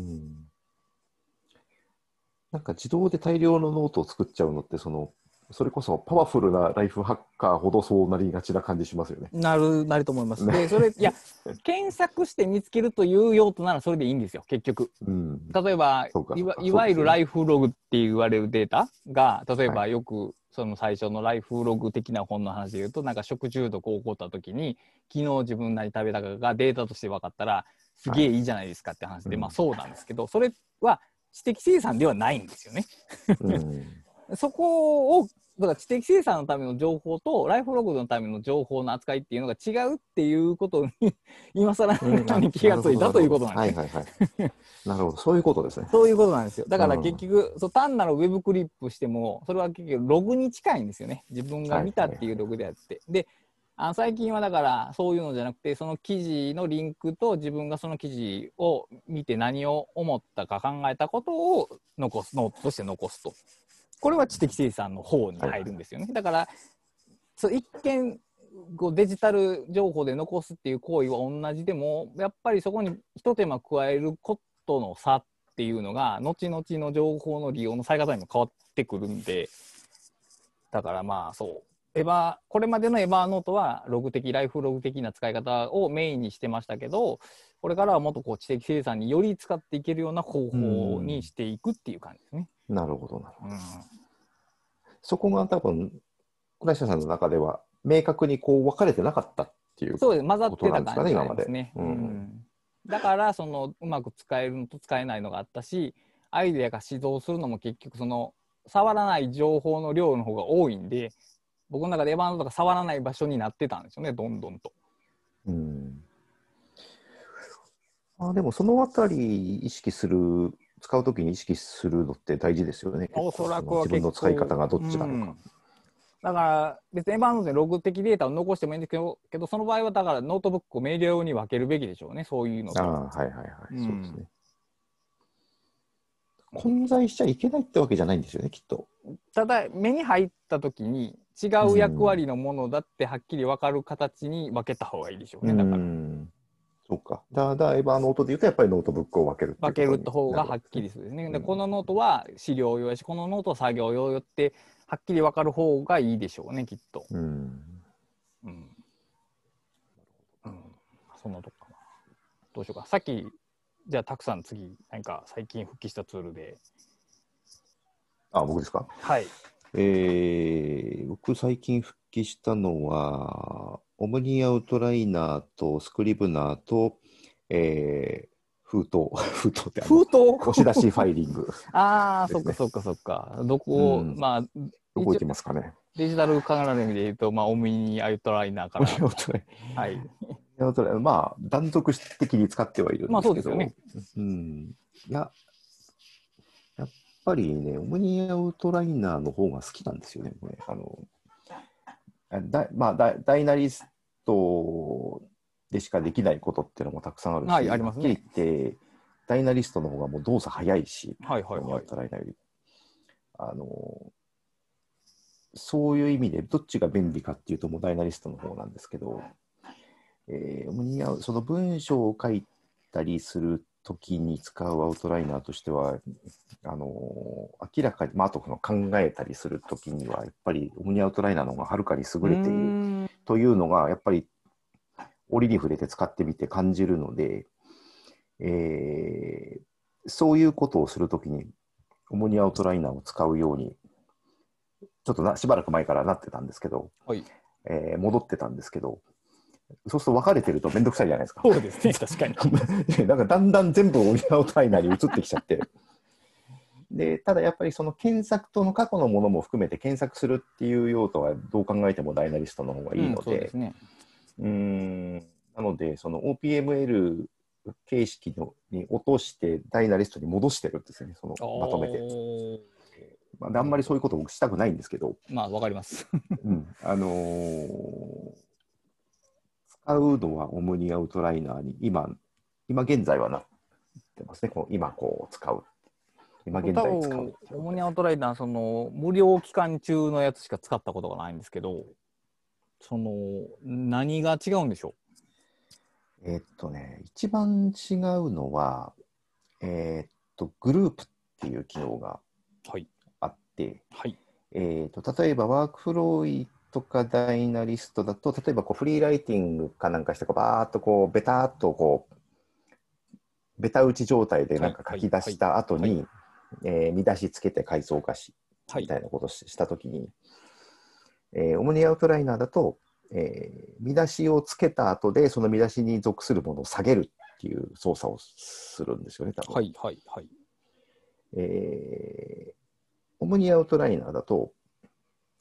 なんか自動で大量のノートを作っちゃうのって、それこそパワフルなライフハッカーほどそうなりがちな感じしますよね。 なると思います。で、それ、いや、検索して見つけるという用途ならそれでいいんですよ、結局。例えば、いわゆるライフログって言われるデータが、例えばよく、その最初のライフログ的な本の話で言うと、なんか食中毒起こった時に、昨日自分何食べたかがデータとして分かったら、すげえいいじゃないですかって話で、まあそうなんですけど、それは知的生産ではないんですよね。そこをだから知的生産のための情報とライフログのための情報の扱いっていうのが違うっていうことに今更に気がついたということなんですね。 はいはいはい。なるほど、そういうことですね。 そういうことなんですよ。だから結局、そう単なるウェブクリップしても、それは結局ログに近いんですよね。自分が見たっていうログであって。で、最近はだからそういうのじゃなくて、その記事のリンクと自分がその記事を見て何を思ったか考えたことを残す、ノートとして残すと。これは知的生産の方に入るんですよね。だからそう一見こうデジタル情報で残すっていう行為は同じでも、やっぱりそこに一手間加えることの差っていうのが後々の情報の利用のされ方にも変わってくるんで、だからまあそうこれまでのエヴァーノートはログ的ライフログ的な使い方をメインにしてましたけど、これからはもっとこう知的生産により使っていけるような方法にしていくっていう感じですね。 なるほどなるほど。そこが多分倉下さんの中では明確にこう分かれてなかったっていうそうです、混ざってことなんですかね、 た感じがあ今まで。 りますね。だからそのうまく使えるのと使えないのがあったし、アイデアが始動するのも結局その触らない情報の量の方が多いんで、僕の中でエヴァンドとか触らない場所になってたんですよね、どんどんと。 でもそのあたり意識する、使うときに意識するのって大事ですよね。 おそらくは自分の使い方がどっちなのか。 だから別にエヴァンドでログ的データを残してもいいんですけど、その場合はだからノートブックをメディア用に分けるべきでしょうね、そういうのと。 はいはいはい、そうですね。混在しちゃいけないってわけじゃないんですよね、きっと。 ただ目に入った時に違う役割のものだってはっきり分かる形に分けた方がいいでしょうね。だからそうか。ただエヴァノートで言うとやっぱりノートブックを分けるっていうことになるわけですね。 分ける方がはっきりするですね。でこのノートは資料用やし、このノートは作業用よってはっきり分かる方がいいでしょうね、きっと。そんなとこかな。どうしようか。さっきじゃあたくさん次何か最近復帰したツールで。 僕ですか。 はい。 僕最近復帰したのはオムニアウトライナーとスクリブナーと、封筒って押し出しファイリング、 ああ、そっかそっかそっか。どこを、まあどこ行きますかね。 デジタルカメラの意味で言うと、まあ、オムニアウトライナーから。はい。 まあ、断続的に使ってはいるんですけど、まあそうですよね。やっぱりね、オムニアウトライナーの方が好きなんですよね。ダイナリストでしかできないことっていうのもたくさんあるし、 はい、ありますね。 はっきり言って、ダイナリストの方がもう動作早いし、 オムニアウトライナーより。そういう意味でどっちが便利かっていうともうダイナリストの方なんですけど、その文章を書いたりするときに使うアウトライナーとしては、明らかに、あと考えたりするときにはやっぱりオムニアウトライナーの方がはるかに優れているというのがやっぱり折に触れて使ってみて感じるので、そういうことをするときにオムニアウトライナーを使うようにちょっとしばらく前からなってたんですけど、戻ってたんですけど、そうすると分かれてるとめんどくさいじゃないですか。 そうですね、確かに。 なんかだんだん全部オムニアウトライナーに移ってきちゃって。で、ただやっぱりその検索との過去のものも含めて検索するっていう用途はどう考えてもダイナリストの方がいいので、なのでその OPML 形式に落としてダイナリストに戻してるんですよね、そのまとめて。あんまりそういうことをしたくないんですけど。 まあ、わかります。 使うのはオムニアウトライナーに今現在はなってますね。今使う。今現在使う。 オムニアウトライナー、その無料期間中のやつしか使ったことがないんですけど、その何が違うんでしょう？一番違うのは、グループっていう機能があって、例えばワークフローとかダイナリストだと、例えばフリーライティングかなんかしてバーッとベターっとベタ打ち状態でなんか書き出した後に見出しつけて階層化しみたいなことをしたときに、オムニアウトライナーだと、見出しをつけた後でその見出しに属するものを下げるっていう操作をするんですよね、多分。オムニアウトライナーだと、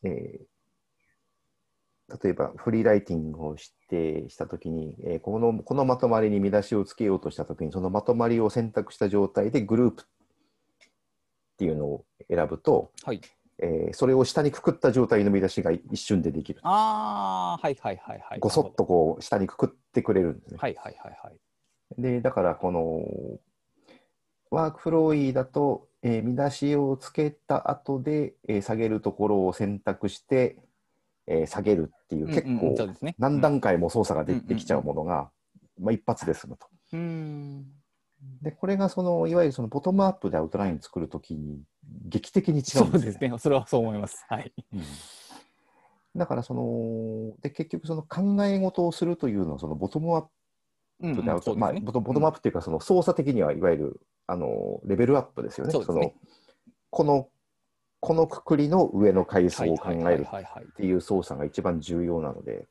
え例えばフリーライティングをしたときに、このまとまりに見出しをつけようとしたときに、そのまとまりを選択した状態でグループっていうのを選ぶと、 はい。 それを下にくくった状態の見出しが一瞬でできる。 ああ、はいはいはいはい。 ごそっとこう下にくくってくれるんですね。 はいはいはいはい。 で、だからこのワークフロー E だと、見出しをつけた後で、下げるところを選択して、下げるっていう結構そうですね。 何段階も操作ができちゃううんものが、まあ、一発で済むと。 うん。 で、これがいわゆるそのボトムアップでアウトライン作るときに劇的に違そうんですよね。 うですね。それはそう思います。はい。 うん、だから結局その考え事をするというのはそのボトムアップでアウト、まあ、 そうですね。 ボトムアップっていうかその操作的にはいわゆるレベルアップですよね。 そうですね。 このこのくくりの上の階層を考はいはいえるはいはい。 っていう操作が一番重要なので、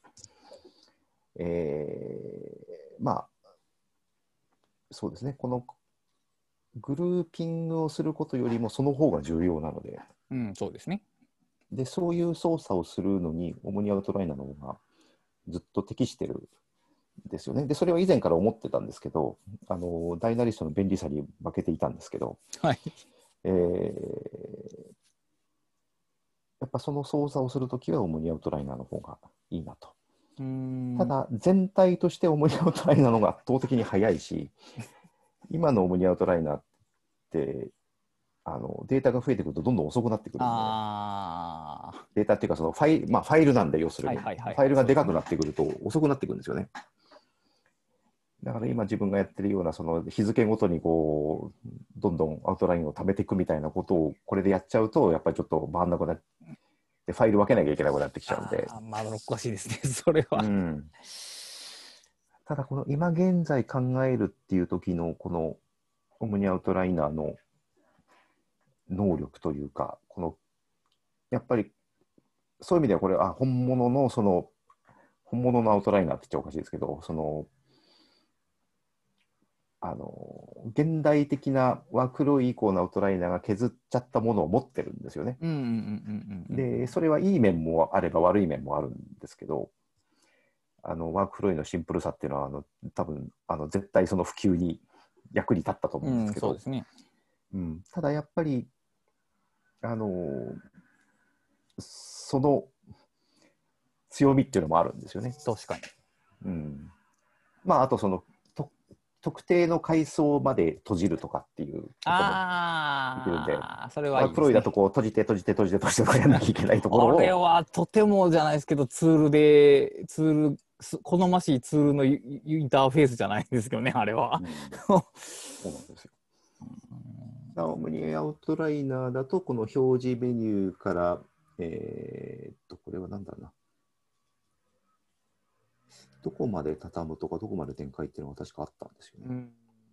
まあそうですね、このグルーピングをすることよりもその方が重要なので、 そうですね。 でそういう操作をするのにオモニアウトライナーの方がずっと適してるんですよね。でそれは以前から思ってたんですけど、ダイナリストの便利さに負けていたんですけど、 はい。 やっぱその操作をするときはオモニアウトライナーの方がいいなと。たはだ全体としてオモニアウトライナーの方が圧倒的に速いし、今のオモニアウトライナーってデータが増えてくるとどんどん遅くなってくるんで、データっていうかそのファイルなんで、要するに、ファイルがでかくなってくると遅くなってくるんですよね。だから今自分がやってるようなその日付ごとにこうどんどんアウトラインを貯めていくみたいなことをこれでやっちゃうと、やっぱりちょっと回んなくなって、ファイル分けなきゃいけなくなってきちゃうんで。 まだおかしいですね、それは。 ただこの今現在考えるっていう時のこのオムニアウトライナーの能力というか、やっぱりそういう意味ではこれは本物のアウトライナーって言っちゃおかしいですけど、現代的なワークフロー以降のアウトライナーが削っちゃったものを持ってるんですよね。で、それはいい面もあれば悪い面もあるんですけど、ワークフローのシンプルさっていうのは多分絶対その普及に役に立ったと思うんですけど、 そうですね。 ただやっぱりその強みっていうのもあるんですよね。 確かに。 まああと特定の階層まで閉じるとかっていうこともできるんで、 それはいいですね。 ワークフローだとこう閉じてとかやらなきゃいけないところを。 これはとてもじゃないですけど、好ましいツールのインターフェースじゃないんですけどね、あれは。 そうなんですよ。オムニアウトライナーだと、この表示メニューから、これは何だろうな。どこまで畳むとか、どこまで展開っていうのが確かあったんですよね。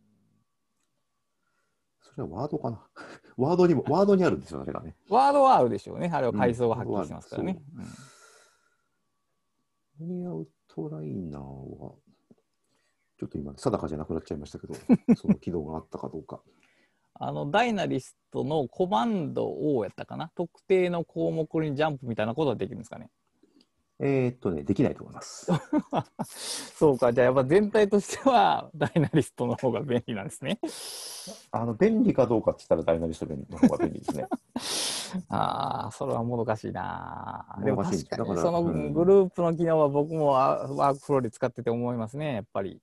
それはワードかな。ワードにあるんですよ、あれがね。 ワードはあるでしょうね。あれは階層がはっきりしますからね。 オムニアウトライナーは、ちょっと今、定かじゃなくなっちゃいましたけど、その機能があったかどうか。 ダイナリストのコマンドをやったかな、特定の項目にジャンプみたいなことはできるんですかね。 できないと思います。 そうか、じゃあやっぱ全体としてはダイナリストの方が便利なんですね。 便利かどうかって言ったらダイナリストの方が便利ですね。 それはもどかしいな。でも確かにだからそのグループの機能は僕もワークフローで使ってて思いますね、やっぱり。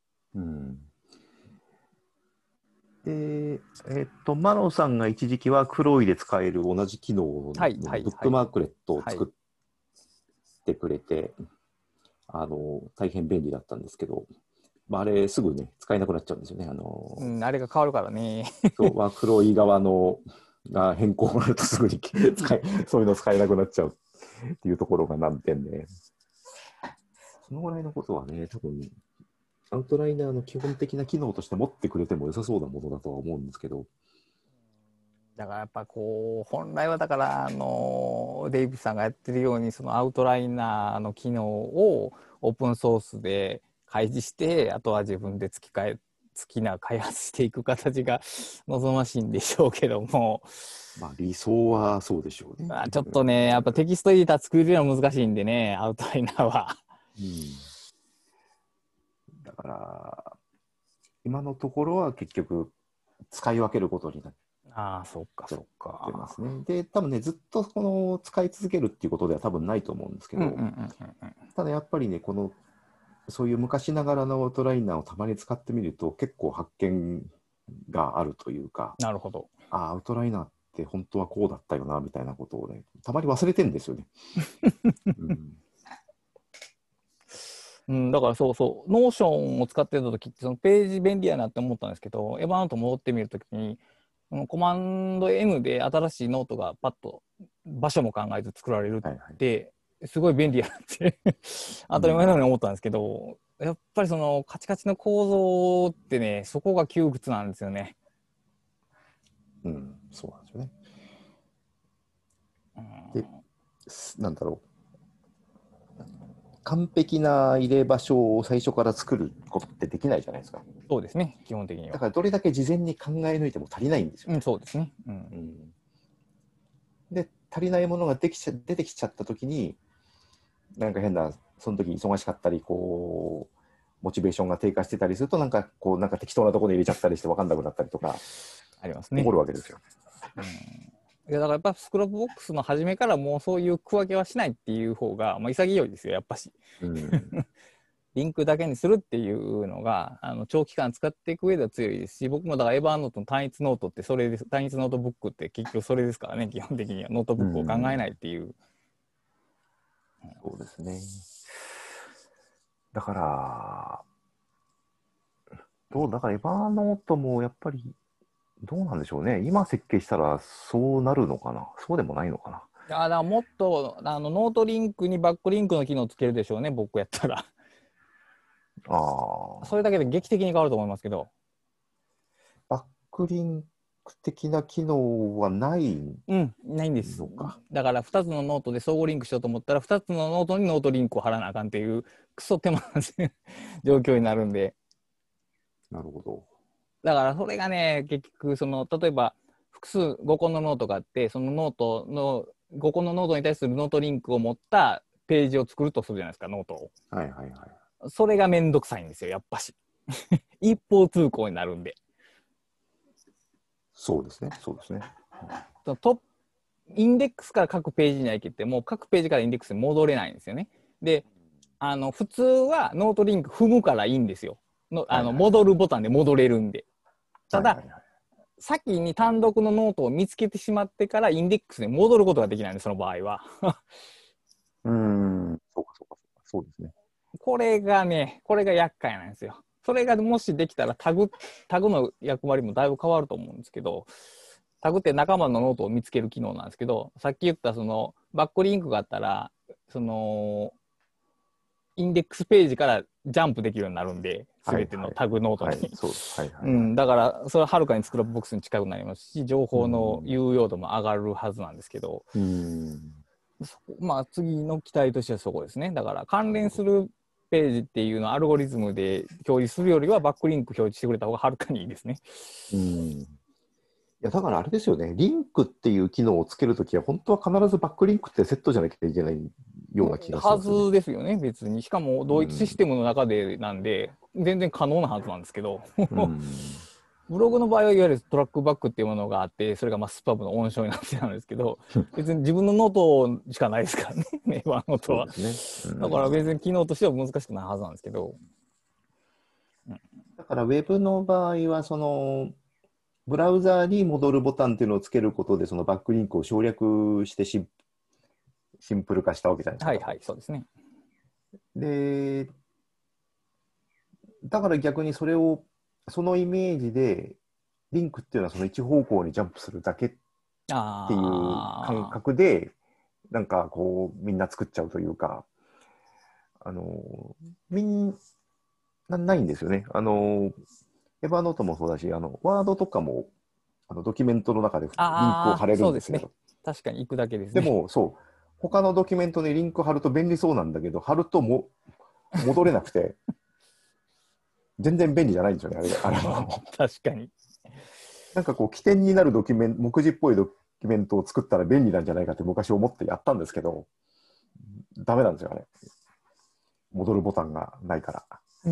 で、マロさんが一時期ワークフローで使える同じ機能のブックマークレットを作ってくれて、大変便利だったんですけど、あれすぐね、使えなくなっちゃうんですよね。 あれが変わるからね。 ワークフロー側が変更があるとすぐにそういうの使えなくなっちゃうっていうところが難点で、そのぐらいのことはね、多分、アウトライナーの基本的な機能として持ってくれても良さそうなものだとは思うんですけど。 だからやっぱ本来はだからデイブさんがやってるようにそのアウトライナーの機能をオープンソースで開示して、あとは自分で付きな開発していく形が望ましいんでしょうけども、 まあ理想はそうでしょうね。 ちょっとね、やっぱテキストエディター作るのは難しいんでね、アウトライナーは。 うん、だから今のところは結局使い分けることになってああ、そっか、そっか。 ますね。で、多分ね、ずっとこの使い続けるっていうことでは多分ないと思うんですけど、ただやっぱりね、そういう昔ながらのアウトライナーをたまに使ってみると結構発見があるというか、 なるほど。 アウトライナーって本当はこうだったよなみたいなことをね、たまに忘れてるんですよね。 うん、だからそうそう、ノーションを使ってた時って、そのページ便利やなって思ったんですけど、エヴァノート戻ってみるときに、コマンド N で新しいノートがパッと場所も考えず作られるって、すごい便利やなって当たり前のように思ったんですけど、やっぱりそのカチカチの構造ってね、そこが窮屈なんですよね。 うん、そうなんですよね。で、なんだろう。完璧な入れ場所を最初から作ることってできないじゃないですか。 そうですね、基本的には。 だからどれだけ事前に考え抜いても足りないんですよ。 そうですね。 で、足りないものが出てきちゃったときに、なんか変な、その時忙しかったり、こう、モチベーションが低下してたりすると、なんか適当なところに入れちゃったりして分かんなくなったりとか、 ありますね。 起こるわけですよ。 いやだからやっぱスクラップボックスの初めからもうそういう区分けはしないっていう方が、潔いですよ、やっぱし。リンクだけにするっていうのが長期間使っていく上では強いですし、僕もだからエヴァーノートの単一ノートってそれです。単一ノートブックって結局それですからね、基本的にはノートブックを考えないっていう。 そうですね。だからエヴァーノートもやっぱりどうなんでしょうね。今設計したらそうなるのかな。そうでもないのかな。 だからもっとノートリンクにバックリンクの機能つけるでしょうね、僕やったら。それだけで劇的に変わると思いますけど。 バックリンク的な機能はないないんです。 のか。 だから2つのノートで相互リンクしようと思ったら2つのノートにノートリンクを貼らなあかんっていうクソ手間な状況になるんで。 なるほど。 だからそれがね、結局例えば複数5個のノートがあって、そのノートの5個のノートに対するノートリンクを持ったページを作るとするじゃないですか、ノートを。それがめんどくさいんですよ、やっぱし。一方通行になるんで。 そうですね。 インデックスから各ページに行けても、各ページからインデックスに戻れないんですよね。で、普通はノートリンク踏むからいいんですよ。戻るボタンで戻れるんで。ただ、先に単独のノートを見つけてしまってからインデックスに戻ることができないんで、その場合は。 そうですね。 これが厄介なんですよ。それがもしできたらタグの役割もだいぶ変わると思うんですけど、タグって仲間のノートを見つける機能なんですけど、さっき言ったバックリンクがあったら、インデックスページからジャンプできるようになるんで、すべてのタグノートに。だから、それははるかにスクラップボックスに近くなりますし、情報の有用度も上がるはずなんですけど、次の期待としてはそこですね。だから関連するページっていうのをアルゴリズムで表示するよりはバックリンク表示してくれた方がはるかにいいですね。 いやだからあれですよね、リンクっていう機能をつけるときは、本当は必ずバックリンクってセットじゃなきゃいけないような気がするんですよね。 はずですよね、別に。しかも同一システムの中でなんで、全然可能なはずなんですけど。ブログの場合はいわゆるトラックバックっていうものがあって、それがスパブの温床になってたんですけど、別に自分のノートしかないですからね、メーバーノートは。だから別に機能としては難しくないはずなんですけど。 だからウェブの場合は、ブラウザーに戻るボタンっていうのをつけることで、そのバックリンクを省略してシンプル化したわけじゃないですか。 そうですね。 で、だから逆にそのイメージで、リンクっていうのはその一方向にジャンプするだけっていう感覚で、なんかみんな作っちゃうというか、みんなないんですよね。エヴァノートもそうだし、ワードとかもドキュメントの中でリンクを貼れるんですけど、 確かに行くだけですね。 でも他のドキュメントにリンク貼ると便利そうなんだけど、貼ると戻れなくて全然便利じゃないんですよね、あれは。 確かに。 なんかこう起点になる目次っぽいドキュメントを作ったら便利なんじゃないかって昔思ってやったんですけど、ダメなんですよね。戻るボタンがないから。 うん、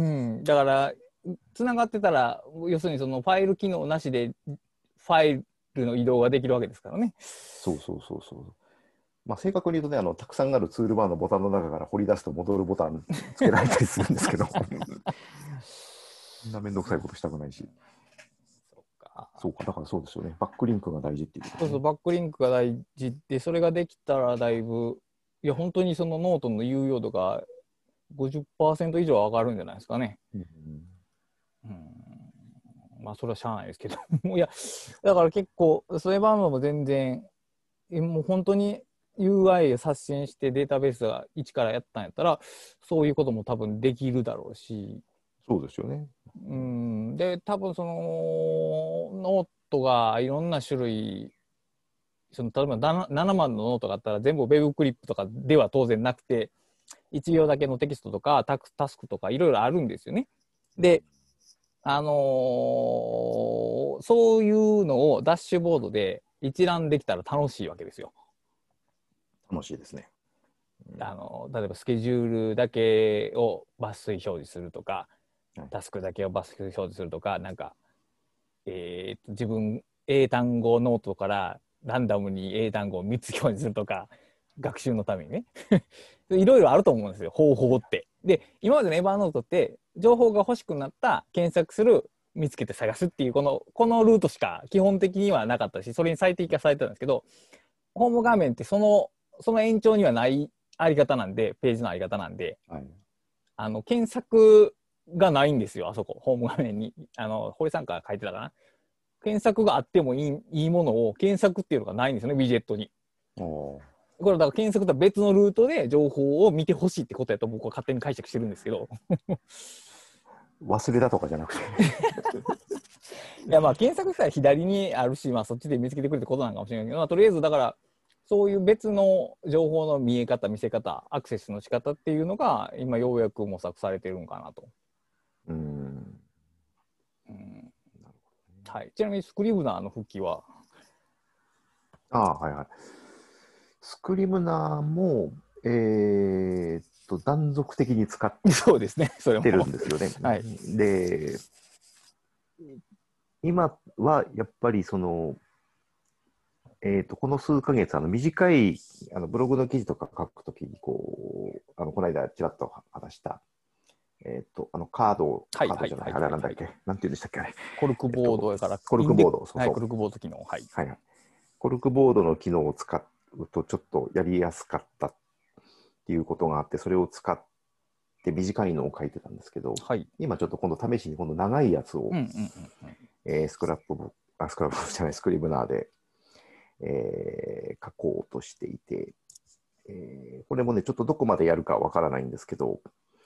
だからつながってたら要するにそのファイル機能なしでファイルの移動ができるわけですからね。 そうそうそうそう。まあ、正確に言うとね、たくさんあるツールバーのボタンの中から掘り出すと戻るボタンつけられたりするんですけど、そんなめんどくさいことしたくないし。そうか、だからそうですよね。バックリンクが大事っていうことそうそう、バックリンクが大事で、それができたらだいぶ、いや、本当にそのノートの有用度が50%以上上がるんじゃないですかね。まあ、それはしゃあないですけど。いや、だから結構、それバンドも全然、もう本当に UI を刷新してデータベースが一からやったんやったら、そういうことも多分できるだろうし、 そうですよね。 で、多分そのノートがいろんな種類、その例えば7万のノートがあったら全部ウェブクリップとかでは当然なくて、1行だけのテキストとかタスクとかいろいろあるんですよね。で、そういうのをダッシュボードで一覧できたら楽しいわけですよ。 楽しいですね。 例えばスケジュールだけを抜粋表示するとか、タスクだけを抜粋表示するとか、なんか、自分英単語ノートからランダムに英単語を3つ表示するとか、学習のためにねいろいろあると思うんですよ、方法って。で、今までのエヴァーノートって情報が欲しくなった検索する見つけて探すっていうこのルートしか基本的にはなかったし、それに最適化されてたんですけど、ホーム画面ってその延長にはないあり方なんで、ページのあり方なんで、はい、検索がないんですよ、あそこ、ホーム画面に。堀さんから書いてたかな。検索があってもいいものを検索っていうのがないんですよね、ウィジェットに。これだから検索とは別のルートで情報を見てほしいってことやと僕は勝手に解釈してるんですけど。 忘れたとかじゃなくていや、まあ検索したら左にあるし、まあそっちで見つけてくれってことなのかもしれないけど、まあ、とりあえずだからそういう別の情報の見え方、見せ方、アクセスの仕方っていうのが今ようやく模索されてるのかなと。はい。ちなみにスクリブナーの復帰は？ はいはい。スクリブナーも、断続的に使ってそうですね、それもるんですよね。はい、で、今はやっぱりその、この数ヶ月、短いブログの記事とか書くときにこの間ちらっと話した、カードじゃない、あれなんだっけ、なんていうんでしたっけ、あれ。 コルクボードやから、 コルクボード、そうそう、 はい、コルクボード機能、はい。 はい。コルクボードの機能を使うとちょっとやりやすかったっていうことがあって、それを使って短いのを書いてたんですけど、はい、今ちょっと今度試しに今度長いやつを、スクリブナーで、書こうとしていて、これもね、ちょっとどこまでやるかわからないんですけど、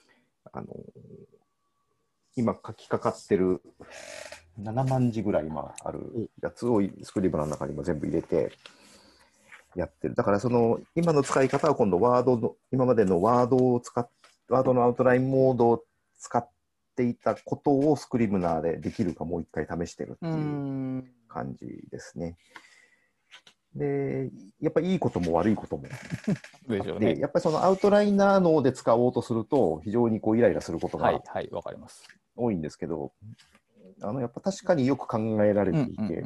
今書きかかってる7万字ぐらい今あるやつをスクリブナーの中にも全部入れてやってる。だからその今の使い方は今度今までのワードのアウトラインモードを使っていたことをスクリブナーでできるかもう一回試してるっていう感じですね。で、やっぱりいいことも悪いこともでしょうね。 やっぱりそのアウトライナーので使おうとすると非常にこうイライラすることが多いんですけど、やっぱ確かによく考えられていて、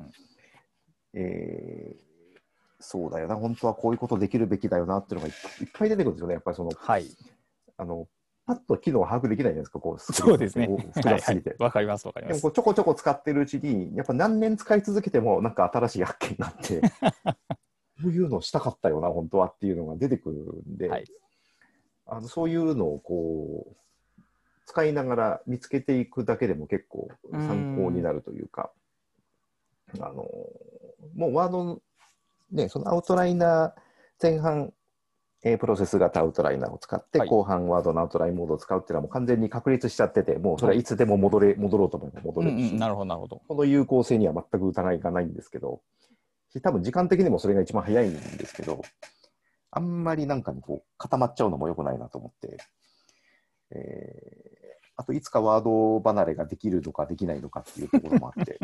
そうだよな、本当はこういうことできるべきだよなっていうのがいっぱい出てくるんですよね。やっぱりその、はい、パッと機能を把握できないじゃないですか、こうそうですね。 複雑すぎて。 わかります、わかります。 でもこうちょこちょこ使ってるうちに、やっぱ何年使い続けても、なんか新しい発見があって、こういうのしたかったよな、本当はっていうのが出てくるんで、はい、そういうのをこう、使いながら見つけていくだけでも結構参考になるというか、もうワード、ね、そのアウトライナー前半、プロセス型アウトライナーを使って、はい、後半ワードのアウトラインモードを使うっていうのはもう完全に確立しちゃってて、もうそれはいつでも戻ろうと思えば戻れるし、 なるほどなるほど。 この有効性には全く疑いがないんですけど、多分時間的にもそれが一番早いんですけど、あんまりなんかにこう固まっちゃうのも良くないなと思って、 あといつかワード離れができるのかできないのかっていうところもあって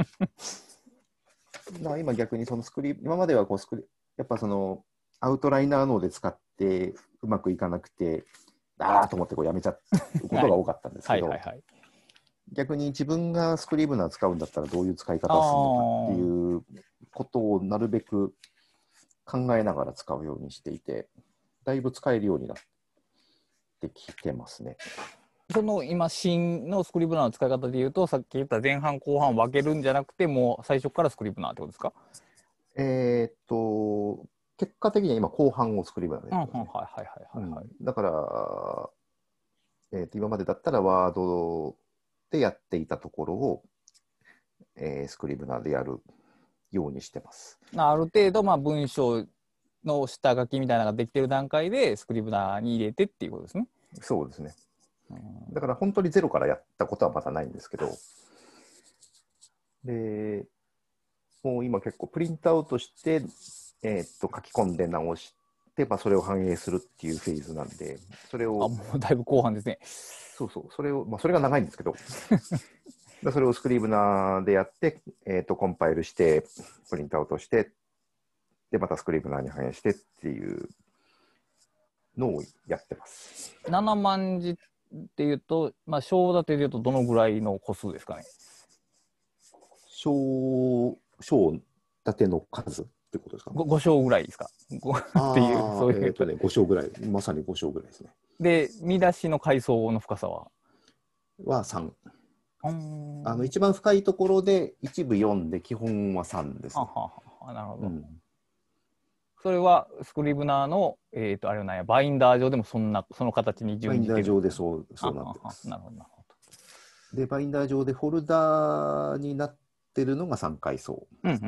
今逆にその今まではこうやっぱそのアウトライナーので使ってうまくいかなくてと思ってこうやめちゃうことが多かったんですけど、逆に自分がスクリーブナー使うんだったらどういう使い方をするのかっていうことをなるべく考えながら使うようにしていて、だいぶ使えるようになってきてますね。 その今新のスクリブナーの使い方でいうと、さっき言った前半後半分けるんじゃなくて、もう最初からスクリブナーってことですか？ 結果的には今後半をスクリブナーでやってます。だから、今までだったらワードでやっていたところを、スクリブナーでやるようにしてます。 ある程度、文章の下書きみたいなのができてる段階でスクリブナーに入れてっていうことですね。 そうですね。だから本当にゼロからやったことはまだないんですけど、でもう今結構プリントアウトして、書き込んで直して、それを反映するっていうフェーズなんで、それをもうだいぶ後半ですね。 それが長いんですけどそれをスクリブナーでやって、コンパイルしてプリントアウトしてでまたスクリブナーに反映してっていうのをやってます。 7万字っていうと、章立てでいうとどのぐらいの個数ですかね？ 章立ての数ってことですか ？5章ぐらいですか？っていうそういう 5章ぐらい、まさに5章ぐらいですね。 で、見出しの階層の深さは 3。一番深いところで一部4で基本は3です、ね。 なるほど。それはスクリブナーの、あれは何や、バインダー上でもその形に順にバインダー上でそうなってます。 なるほど。 で、バインダー上でフォルダーになってるのが3階層。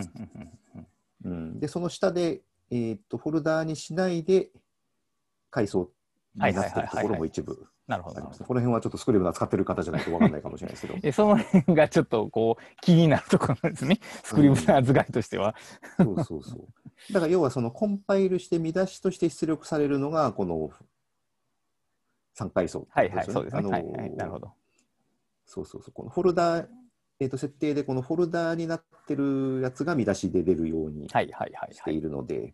で、その下で、フォルダーにしないで階層になってるところも一部。なるほど。この辺はちょっとスクリブナー使ってる方じゃないと分かんないかもしれないですけど。 その辺がちょっとこう気になるところなんですね。スクリブナー使いとしては。 そう。だから要はそのコンパイルして見出しとして出力されるのがこの3階層ですよね。 なるほど。 そう。このフォルダー、設定でこのフォルダーになってるやつが見出しで出るようにしているので、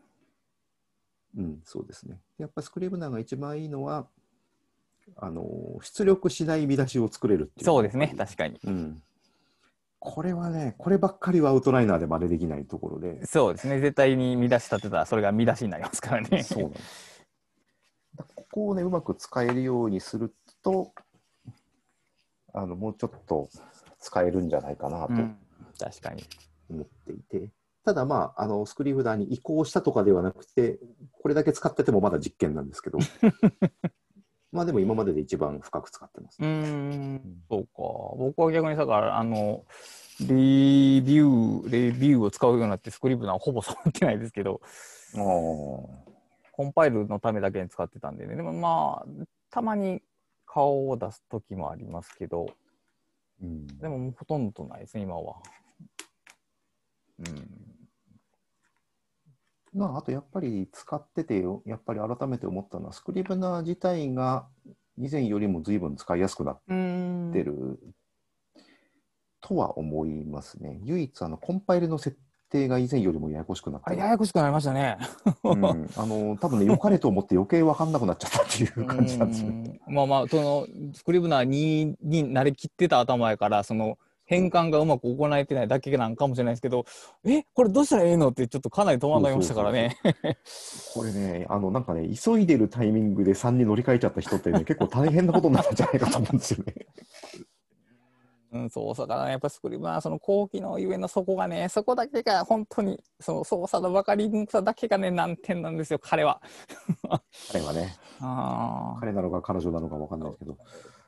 そうですね。やっぱスクリブナーが一番いいのは、出力しない見出しを作れるっていう。 そうですね、確かに。 これはね、こればっかりはアウトライナーで真似できないところで。 そうですね、絶対に見出し立てたらそれが見出しになりますからね。 そうなんです。ここをね、うまく使えるようにすると、もうちょっと使えるんじゃないかなと確かに思っていて、ただスクリブナーに移行したとかではなくて、これだけ使っててもまだ実験なんですけどでも今までで一番深く使ってます。 そうか。僕は逆にだからレビューを使うようになってスクリブナーはほぼ触ってないですけど、コンパイルのためだけに使ってたんでね。でもたまに顔を出す時もありますけど、でもほとんどないですね、今は。 あとやっぱり使っててやっぱり改めて思ったのは、スクリブナー自体が以前よりも随分使いやすくなってるとは思いますね。唯一コンパイルの設定が以前よりもややこしくなって。 ややこしくなりましたね。 多分ね、良かれと思って余計分かんなくなっちゃったっていう感じなんですね。 そのスクリブナーに慣れきってた頭やから、その変換がうまく行えてないだけなんかもしれないですけど、これどうしたらええのってちょっとかなり戸惑いましたからね。 これね、なんかね、急いでるタイミングで3に乗り換えちゃった人ってね、結構大変なことになったんじゃないかと思うんですよね。 そうだからやっぱスクリブナーその高機能ゆえのそこがね、そこだけが本当にその操作の分かりにくさだけがね難点なんですよ、彼は。 彼はね。彼なのか彼女なのか分かんないですけど。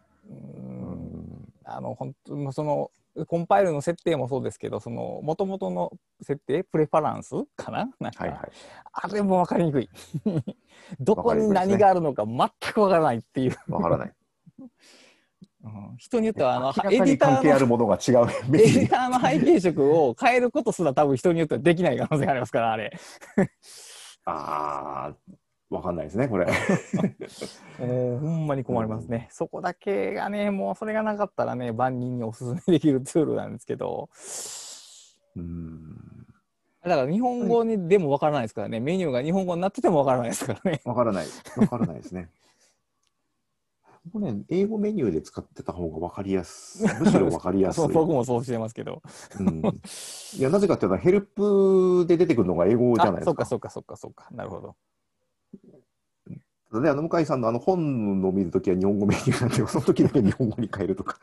本当にそのコンパイルの設定もそうですけど、その元々の設定プレファランスかな、あれも分かりにくい。どこに何があるのか全く分からないっていう。 分からない。 人によってはエディターの関係あるものが違う。 エディターの背景色を変えることすら多分人によってはできない可能性がありますから、あれ。 わかんないですね、これ。 もうほんまに困りますね。そこだけがね、もうそれがなかったらね、万人におすすめできるツールなんですけど、だから日本語にでもわからないですからね、メニューが日本語になっててもわからないですからね。 わからないですね。これね、英語メニューで使ってた方がわかりやすい。むしろわかりやすい。 僕もそうしてますけど。 いや、なぜかっていうと、ヘルプで出てくるのが英語じゃないですか。 そっか。なるほど。 で、向井さんの本を見るときは日本語メニューなんで、その時だけ日本語に変えるとか。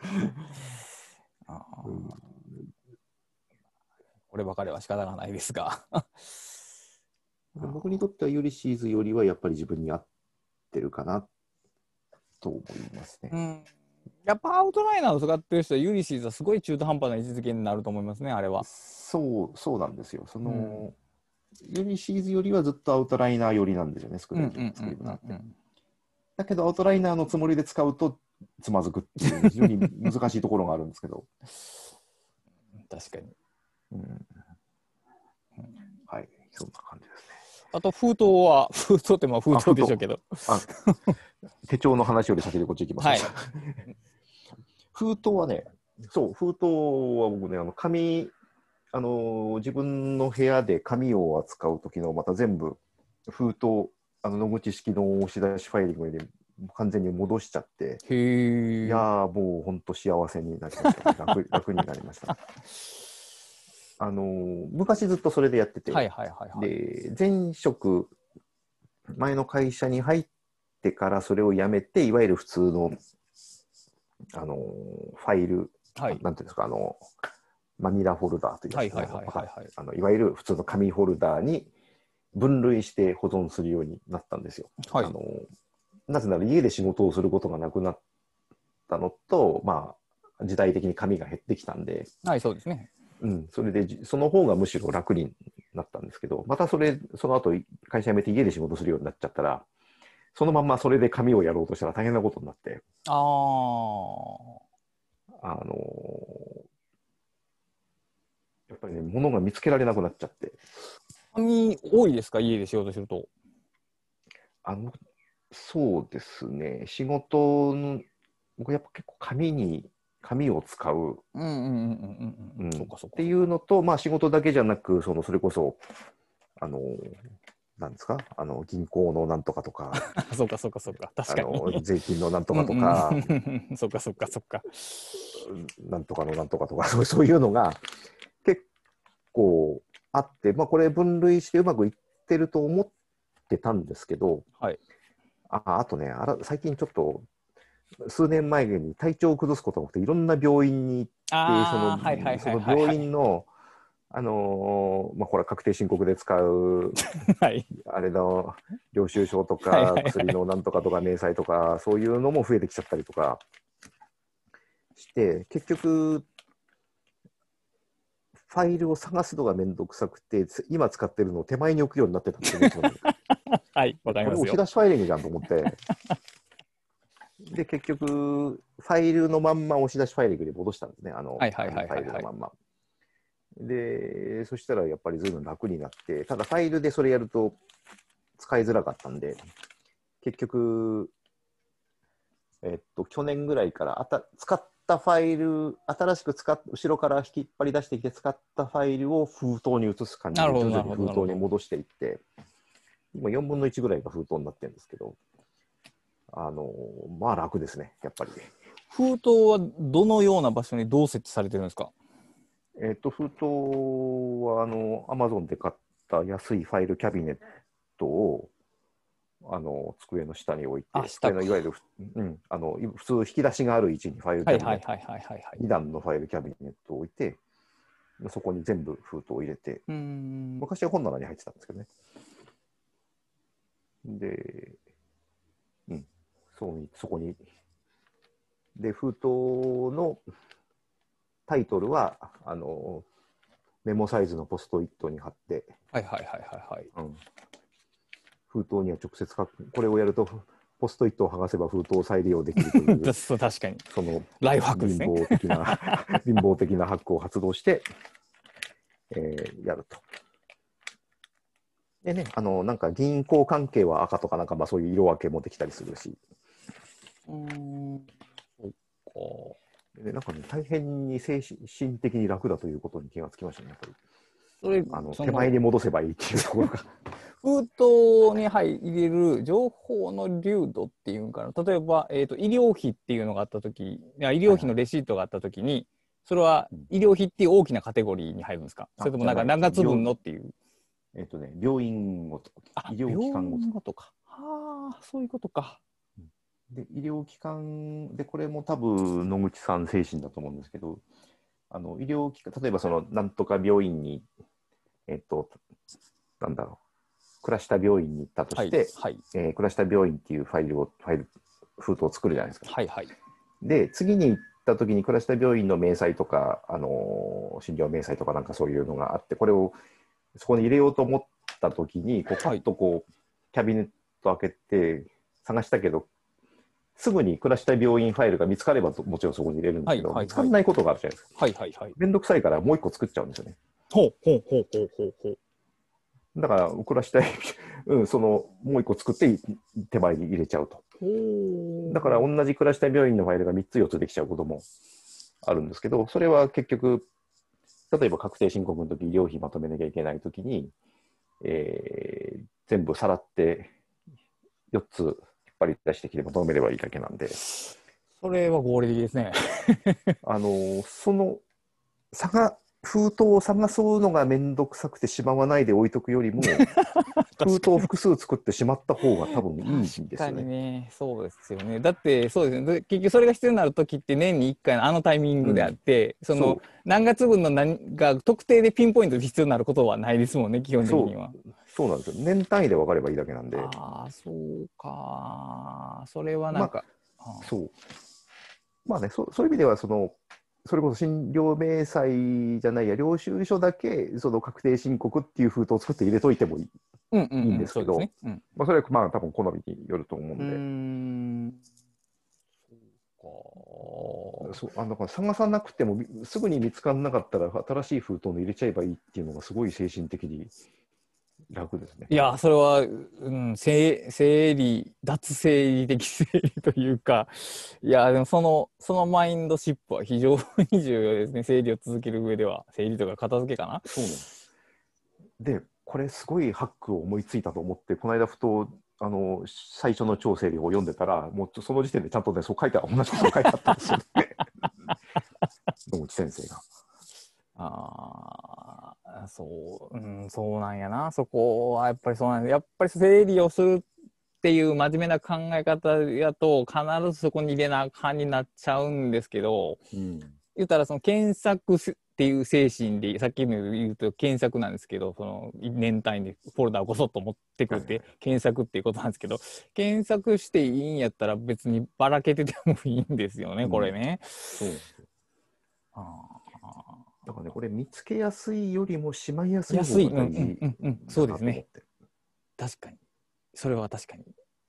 こればかりは仕方がないですが。 僕にとってはユリシーズよりはやっぱり自分に合ってるかなと思いますね。 やっぱアウトライナーを使ってる人はユリシーズはすごい中途半端な位置づけになると思いますね、あれは。 そうなんですよ。ユリシーズよりはずっとアウトライナー寄りなんですよね、作りなんて。だけどアウトライナーのつもりで使うとつまずくっていう非常に難しいところがあるんですけど。 確かに。 はい、そんな感じですね。 あと封筒ってまあ封筒でしょうけど。 手帳の話より先でこっち行きます。封筒はね、封筒は僕ね、自分の部屋で紙を扱う時のまた全部封筒、野口式の押し出しファイリングで完全に戻しちゃって、いやーもう本当幸せになりました、ね、楽になりました。昔ずっとそれでやってて、で前職前の会社に入ってからそれをやめて、いわゆる普通のファイル、なんていうんですか、マニラフォルダーといういわゆる普通の紙フォルダーに分類して保存するようになったんですよ。なぜなら家で仕事をすることがなくなったのと、まあ、時代的に紙が減ってきたんで、 そうですね。 それでその方がむしろ楽になったんですけど、またその後会社辞めて家で仕事するようになっちゃったら、そのまんまそれで紙をやろうとしたら大変なことになって、やっぱりね、物が見つけられなくなっちゃって。 紙多いですか、家で仕事すると。 そうですね、仕事の、僕やっぱ結構紙を使うっていうのと、まあ仕事だけじゃなく、それこそ、なんですか、銀行のなんとかとか、 そうか、確かに。 税金のなんとかとか、 そっか。 なんとかのなんとかとか、そういうのが結構あって、まあこれ分類してうまくいってると思ってたんですけど、あとね、最近ちょっと、数年前に体調を崩すことが多くて、いろんな病院に行って、その病院の、まあ、これは確定申告で使う、あれの領収書とか、薬のなんとかとか、明細とか、そういうのも増えてきちゃったりとかして、結局、ファイルを探すのがめんどくさくて、今使ってるのを手前に置くようになってたんですよ。 わかりますよ。 これ押し出しファイリングじゃんと思って。で、結局、ファイルのまんま押し出しファイリングに戻したんですね。ファイルのまんま。で、そしたらやっぱりずいぶん楽になって、ただファイルでそれやると使いづらかったんで、結局、去年ぐらいから使ったファイル、新しく後ろから引っ張り出してきて使ったファイルを封筒に移す感じで、徐々に封筒に戻していって、今4分の1ぐらいが封筒になってるんですけど、まあ楽ですね、やっぱり。 封筒はどのような場所にどう設置されてるんですか？ 封筒はAmazon で買った安いファイルキャビネットを机の下に置いて、机のいわゆる、普通引き出しがある位置にファイルキャビネット、2段のファイルキャビネットを置いて、そこに全部封筒を入れて、昔は本棚に入ってたんですけどね。で、そこに。で、封筒のタイトルはメモサイズのポストイットに貼って、封筒には直接書く。これをやると、ポストイットを剥がせば封筒を再利用できるという、 確かに。 そのライフハックですね。 貧乏的なハックを発動して、やると。 でね、なんか銀行関係は赤とかなんかまあそういう色分けもできたりするし、 そっか。 でなんかね、大変に精神的に楽だということに気がつきましたね、やっぱり。 それ、 手前に戻せばいいっていうところが。 封筒に入れる情報の流度っていうんかな。例えば、医療費っていうのがあったとき、医療費のレシートがあったときに、それは医療費っていう大きなカテゴリーに入るんですか？それともなんか何月分のっていう。 病院ごと、医療機関ごと。 病院ごとか。はあ、そういうことか。 で、医療機関で、これも多分野口さん精神だと思うんですけど、医療機関、例えばそのなんとか病院に、なんだろう、倉下病院に行ったとして、倉下病院っていう封筒を作るじゃないですか。 はいはい。 で、次に行った時に倉下病院の明細とか、診療明細とかなんかそういうのがあって、これをそこに入れようと思った時に、こうパッとこう、キャビネット開けて探したけど、すぐに倉下病院ファイルが見つかればもちろんそこに入れるんですけど、見つからないことがあるじゃないですか。めんどくさいからもう一個作っちゃうんですよね。 ほう。 だから、倉下、そのもう一個作って手前に入れちゃうと。だから同じ倉下病院のファイルが3つ4つできちゃうこともあるんですけど、それは結局、例えば確定申告の時、医療費まとめなきゃいけない時に、全部さらって4つ引っ張り出してきてまとめればいいだけなんで。 それは合理的ですね。 その封筒を探すのがめんどくさくてしまわないで置いとくよりも、封筒を複数作ってしまった方が多分いいんですよね。 確かにね、そうですよね。だってそうですね。結局それが必要になる時って年に1回のあのタイミングであって、何月分の何が特定でピンポイントで必要になることはないですもんね、基本的には。 そうなんですよ。年単位で分かればいいだけなんで。 ああ、そうか。それはなんか。 そう。まあね、そういう意味ではそれこそ診療明細じゃないや、領収書だけその確定申告っていう封筒を作って入れといてもいいんですけど、それはまあ多分好みによると思うんで。だから探さなくてもすぐに見つからなかったら新しい封筒に入れちゃえばいいっていうのがすごい精神的に楽ですね。 いや、それは、脱生理的整理というか、いや、でもそのマインドシップは非常に重要ですね。整理を続ける上では。整理とか片付けかな。 そうなんです。で、これすごいハックを思いついたと思って、この間ふと、最初の超整理を読んでたら、もうその時点でちゃんとね、そう書いて同じこと書いてあったんですよね。野口先生が。 そうなんやな。そこはやっぱりそうなんや。やっぱり整理をするっていう真面目な考え方やと、必ずそこに入れなあかんになっちゃうんですけど、言ったらその検索っていう精神で、さっきの言うと検索なんですけど、その年単位でフォルダをごそっと持ってくれて、検索っていうことなんですけど、検索していいんやったら別にばらけててもいいんですよね、これね。 そうなんですよ。だからね、これ見つけやすいよりもしまいやすい方が大事だなと思って。 そうですね。確かに。それは確かに。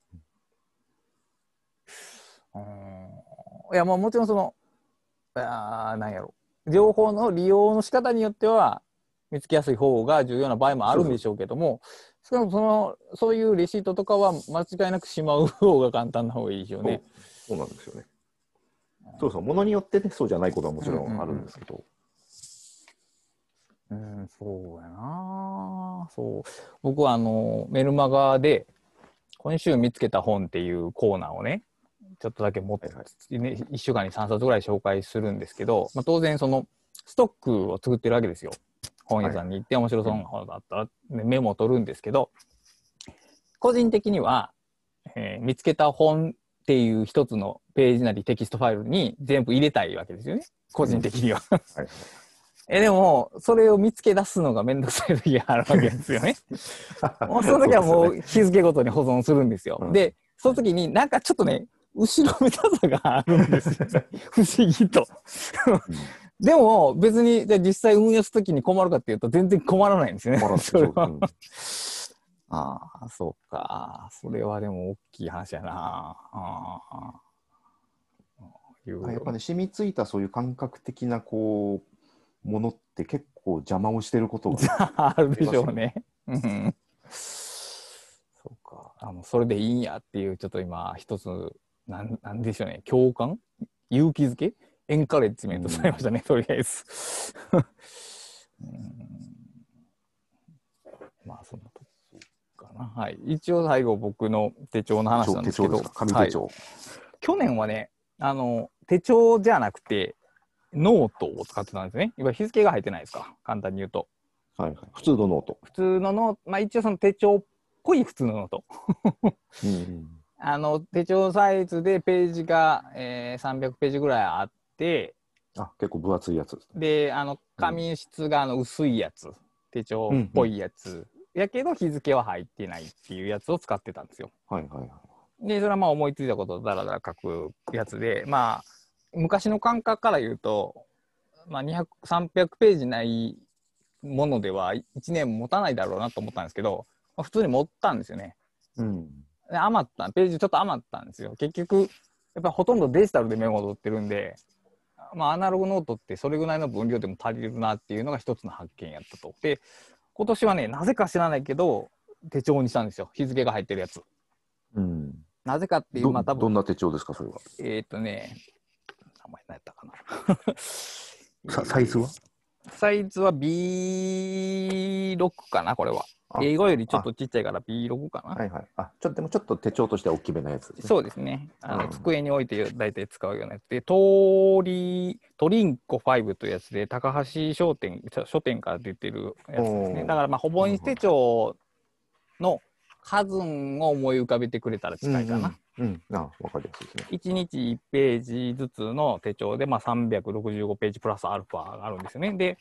いや、もちろんなんやろ。情報の利用の仕方によっては、見つけやすい方が重要な場合もあるんでしょうけども、そういうレシートとかは間違いなくしまう方が簡単な方がいいでしょうね。 そうなんですよね。ものによってね、そうじゃないことはもちろんあるんですけど。 そうやな。僕はメルマガで、今週見つけた本っていうコーナーをね、ちょっとだけ持って、1週間に3冊ぐらい紹介するんですけど、当然ストックを作ってるわけですよ。本屋さんに行って面白そうな本だったら、メモを取るんですけど、個人的には、見つけた本っていう一つのページなりテキストファイルに全部入れたいわけですよね。個人的には。でも、それを見つけ出すのがめんどくさい時があるわけですよね。その時はもう日付ごとに保存するんですよ。で、その時になんかちょっとね、後ろめたさがあるんですよ。不思議と。でも別に実際運用する時に困るかっていうと全然困らないんですよね。それは。そうか。それはでも大きい話やな。 やっぱね、染みついたそういう感覚的なものって結構邪魔をしてることがあるでしょうね。 それでいいんやっていう、ちょっと今、一つ、なんでしょうね、共感勇気づけエンカレッジメントされましたね、とりあえず。まあ、そんなとこかな。はい。一応、最後、僕の手帳の話なんですけど、 紙手帳、 去年はね、手帳じゃなくて、ノートを使ってたんですね。今、日付が入ってないですか、簡単に言うと。 はいはい、普通のノート。 普通のノート、まあ一応その手帳っぽい普通のノート。手帳サイズでページが、300ページぐらいあって、 結構分厚いやつですね。 で、紙質が薄いやつ、手帳っぽいやつ、やけど日付は入ってないっていうやつを使ってたんですよ。 はいはいはい。 で、それはまあ思いついたことをだらだら書くやつで、まあ、昔の感覚から言うと、まあ200、300ページないものでは1年持たないだろうなと思ったんですけど、まあ、普通に持ったんですよね。で余ったページちょっと余ったんですよ。結局やっぱほとんどデジタルでメモを取ってるんで、まあ、アナログノートってそれぐらいの分量でも足りるなっていうのが一つの発見やったと。で今年はね、なぜか知らないけど手帳にしたんですよ、日付が入ってるやつ。なぜかっていう、まあ多分どんな手帳ですか、それは。 名前何やったかな。 サイズはサイズは B6 かな、これは。英語よりちょっとちっちゃいから B6 かな。 はいはい。でもちょっと手帳としては大きめなやつですね。 そうですね。机に置いて大体使うようなやつで、トリンコ5というやつで、高橋書店から出てるやつですね。だからまあ、ほぼ日手帳の数を思い浮かべてくれたら近いかな。 わかりやすいですね。 1日1ページずつの手帳で、まあ、365ページプラスアルファがあるんですよね。で、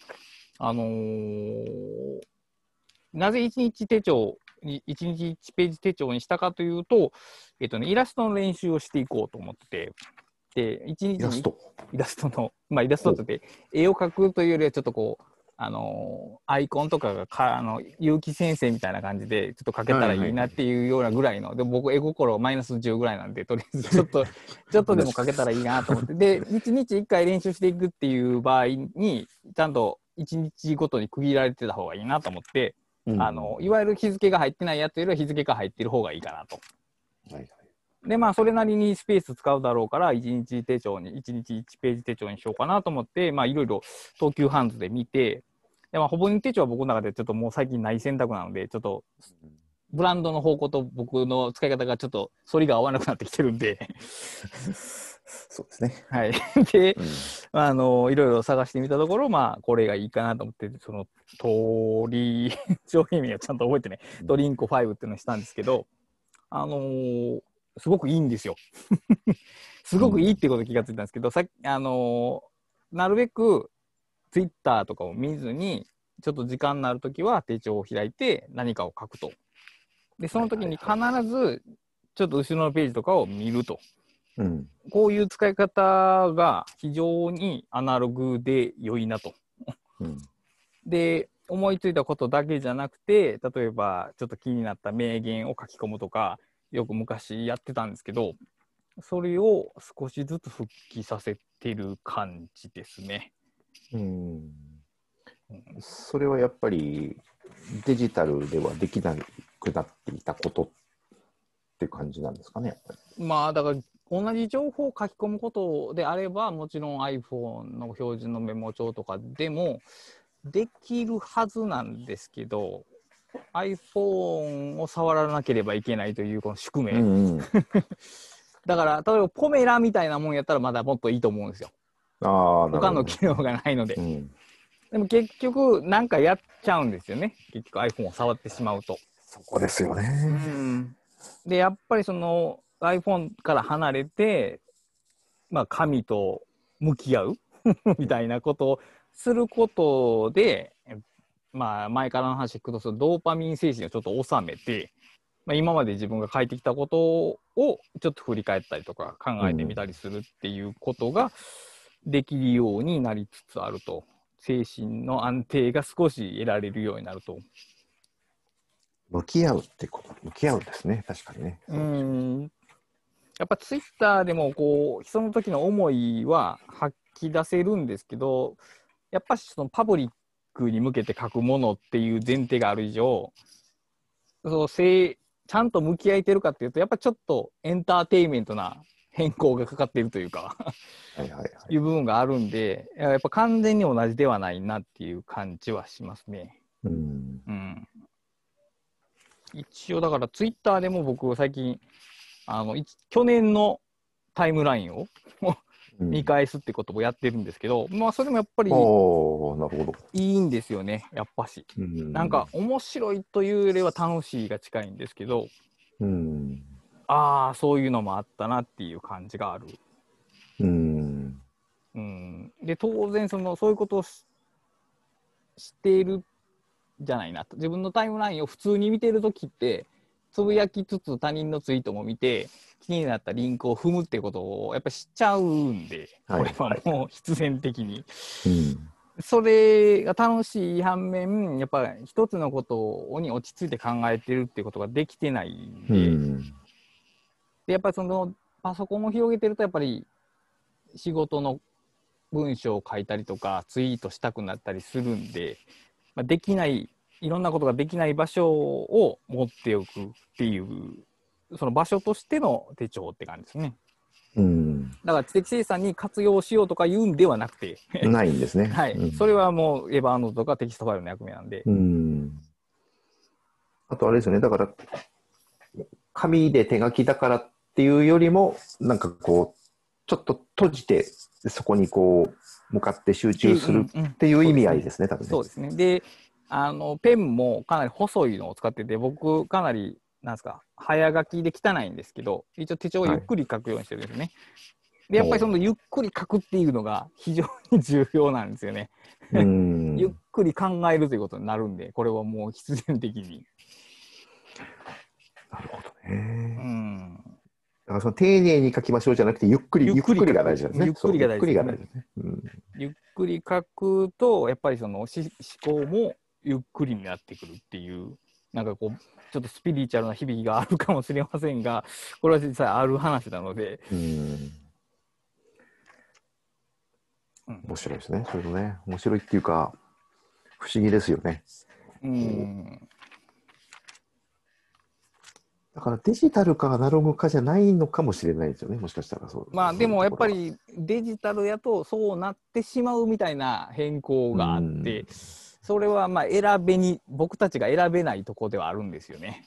なぜ1日手帳に、1日1ページ手帳にしたかというと、イラストの練習をしていこうと思ってて、で、1日にイラストの、まあ、イラストって絵を描くというよりは、ちょっとこう、アイコンとかが結城先生みたいな感じでちょっと描けたらいいなっていうようなぐらいの、で僕絵心マイナス10ぐらいなんで、とりあえずちょっとでも描けたらいいなと思ってで1日1回練習していくっていう場合にちゃんと1日ごとに区切られてた方がいいなと思って、いわゆる日付が入ってないやつよりは日付が入ってる方がいいかなと。でまあそれなりにスペース使うだろうから1日1ページ手帳にしようかなと思って、まあいろいろ東急ハンズで見て、でまあほぼ日手帳は僕の中でちょっともう最近ない選択なので、ちょっとブランドの方向と僕の使い方がちょっと反りが合わなくなってきてるんでそうですね。 はい。で、いろいろ探してみたところ、まあこれがいいかなと思って、その商品名をちゃんと覚えてね、トリンコ5っていうのをしたんですけど、すごくいいんですよ。すごくいいってことに気がついたんですけど、なるべくツイッターとかを見ずに、ちょっと時間のあるときは手帳を開いて何かを書くと。で、その時に必ずちょっと後ろのページとかを見ると。こういう使い方が非常にアナログで良いなと。で、思いついたことだけじゃなくて、例えばちょっと気になった名言を書き込むとか、よく昔やってたんですけど、それを少しずつ復帰させてる感じですね。 それはやっぱりデジタルではできなくなっていたことって感じなんですかね、やっぱり。 まあだから同じ情報を書き込むことであれば、もちろん iPhone の標準のメモ帳とかでもできるはずなんですけど、iPhone を触らなければいけないというこの宿命、だから例えばポメラみたいなもんやったらまだもっといいと思うんですよ。他の機能がないので、でも結局なんかやっちゃうんですよね、結局 iPhone を触ってしまうと。 そこですよね。 でやっぱりその iPhone から離れて、まあ、紙と向き合うみたいなことをすることで、まあ、前からの話聞くと、そのドーパミン精神をちょっと収めて、まあ、今まで自分が書いてきたことをちょっと振り返ったりとか考えてみたりするっていうことができるようになりつつあると。精神の安定が少し得られるようになると。 向き合うですね、確かにね。 やっぱツイッターでもこうその時の思いは吐き出せるんですけど、やっぱりそのパブリックに向けて書くものっていう前提がある以上、そうちゃんと向き合えてるかっていうと、やっぱちょっとエンターテインメントな変更がかかっているというかはいはいはい。 いう部分があるんで、やっぱ完全に同じではないなっていう感じはしますね。 うん。 うん。一応だからツイッターでも僕最近去年のタイムラインを見返すってことをやってるんですけど、まあそれもやっぱりいおー、なるほど。 いんですよね、やっぱし。なんか面白いというよりは楽しいが近いんですけど、 うん。 ああ、そういうのもあったなっていう感じがある。 うん。 うん、で、当然そういうことをしているじゃないなと。自分のタイムラインを普通に見てるときって、つぶやきつつ他人のツイートも見て、気になったリンクを踏むっていうことをやっぱりしちゃうんで、これはもう必然的に。 うん。 それが楽しい反面、やっぱ一つのことに落ち着いて考えてるっていうことができてないんうで、 ん。 でやっぱりパソコンを広げてると、やっぱり仕事の文章を書いたりとか、ツイートしたくなったりするんで、まあ、できない、いろんなことができない場所を持っておくっていう、その場所としての手帳って感じですね。 うん。 だから知的生産に活用しようとか言うんではなくてないんですね。 はい、 うん、 それはもうエヴァーノートとかテキストファイルの役目なんで。 うん。あとあれですよね。だから、紙で手書きだからっていうよりも、なんかこう、ちょっと閉じて、そこにこう、向かって集中するっていう意味合いですね、多分ね。 そうですね。で、ペンもかなり細いのを使ってて、僕、かなり、なんですか、早書きで汚いんですけど、一応手帳をゆっくり書くようにしてるんですね。で、やっぱりそのゆっくり書くっていうのが非常に重要なんですよね。ゆっくり考えるということになるんで、これはもう必然的に。 なるほどね。 うん。 だからその丁寧に書きましょうじゃなくて、ゆっくり、ゆっくりが大事なんですね。 ゆっくりが大事ですね。 ゆっくりが大事ですね。 ゆっくり書くと、やっぱり思考もゆっくりになってくるっていう、なんかこう、ちょっとスピリチュアルな響きがあるかもしれませんが、これは実際ある話なので。 面白いですね。それもね、面白いっていうか、不思議ですよね。だからデジタルかアナログかじゃないのかもしれないですよね。もしかしたらそう。 まあでもやっぱりデジタルやとそうなってしまうみたいな変更があって、それはまあ僕たちが選べないところではあるんですよね。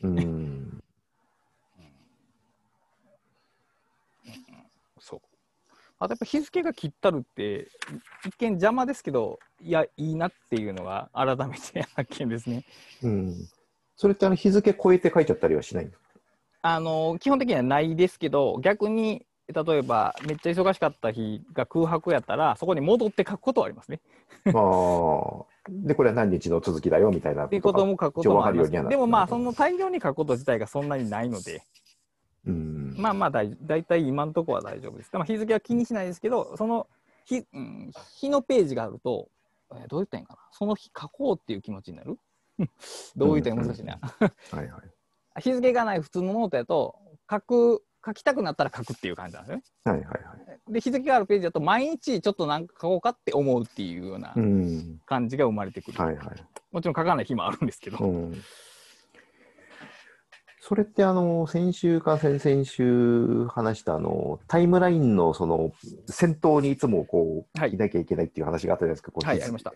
そう。あとやっぱ日付が切ったるって一見邪魔ですけど、いやいいなっていうのが改めて発見ですね。 それって日付超えて書いちゃったりはしないんですか？ 基本的にはないですけど、逆に例えばめっちゃ忙しかった日が空白やったらそこに戻って書くことはありますね。 で、これは何日の続きだよみたいなっていうことも書くこともありますけど、でもまあその大量に書くこと自体がそんなにないので、まあまあだいたい今のところは大丈夫です。でも日付は気にしないですけど、その日のページがあると、どう言ったらいいんかな、その日書こうっていう気持ちになるどう言ったら難しいな。日付がない普通のノートやと書きたくなったら書くっていう感じなんですね。で日付があるページだと毎日ちょっとなんか書こうかって思うっていうような感じが生まれてくる。もちろん書かない日もあるんですけど。 それって先週か先々週話したタイムラインのその先頭にいつもこういなきゃいけないっていう話があったじゃないですか。 はい、ありました。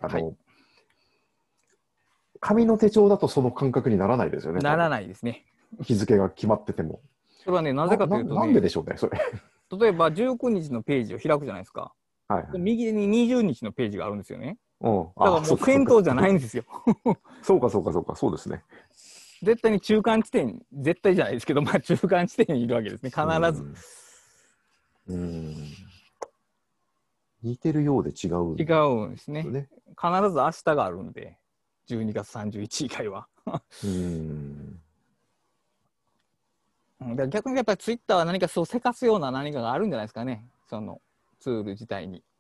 紙の手帳だとその感覚にならないですよね。 ならないですね。 日付が決まってても。 それはね、なぜかというとね、 なんででしょうね、それ。 例えば19日のページを開くじゃないですか。右に20日のページがあるんですよね。だからもう先頭じゃないんですよ。 そうか、そうですね。 絶対に中間地点、絶対じゃないですけど、まあ中間地点にいるわけですね、必ず。 似てるようで違う。 違うんですね。必ず明日があるんで、12月31日以外は。逆にやっぱりツイッターは何かそうせかすような何かがあるんじゃないですかね、そのツール自体に。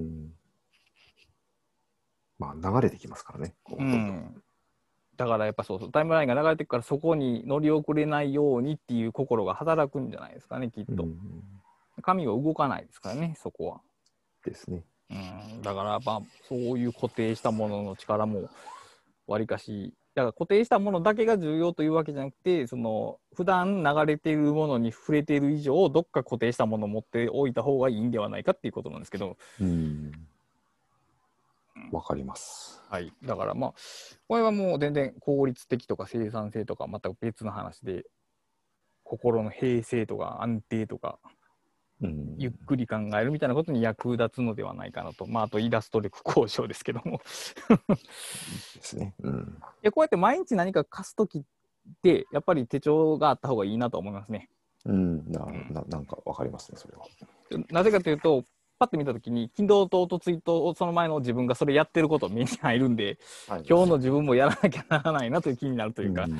まあ流れてきますからね。 だからやっぱそうタイムラインが流れてくからそこに乗り遅れないようにっていう心が働くんじゃないですかね、きっと。紙は動かないですからね、そこは。 ですね。 だからまあそういう固定したものの力もわりかしだから固定したものだけが重要というわけじゃなくて、その普段流れているものに触れている以上、どっか固定したものを持っておいた方がいいんではないかっていうことなんですけど、 わかります。 はい、だからまあこれはもう全然効率的とか生産性とか全く別の話で、心の平静とか安定とか、ゆっくり考えるみたいなことに役立つのではないかなと。まあ、あとイラスト力交渉ですけどもですね。 こうやって毎日何か貸すときって、やっぱり手帳があった方がいいなと思いますね。 なんかわかりますね、それは。 なぜかというと、パッて見たときに、昨日とおとついとその前の自分がそれやってること目に入るんで、今日の自分もやらなきゃならないなという気になるというか。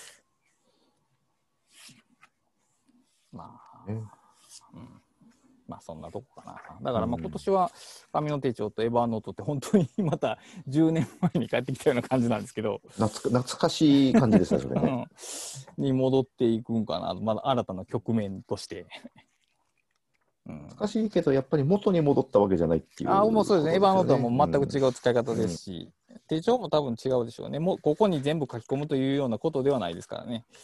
まあ、まあそんなとこかな。だからまあ今年は紙の手帳とエバーノートって本当にまた10年前に帰ってきたような感じなんですけど、 懐かしい感じですね、それね。 に戻っていくんかな、まだ新たな局面として難しいけど、やっぱり元に戻ったわけじゃないっていう。 もうそうですね。エヴァーノートはもう全く違う使い方ですし、手帳も多分違うでしょうね。もうここに全部書き込むというようなことではないですからね。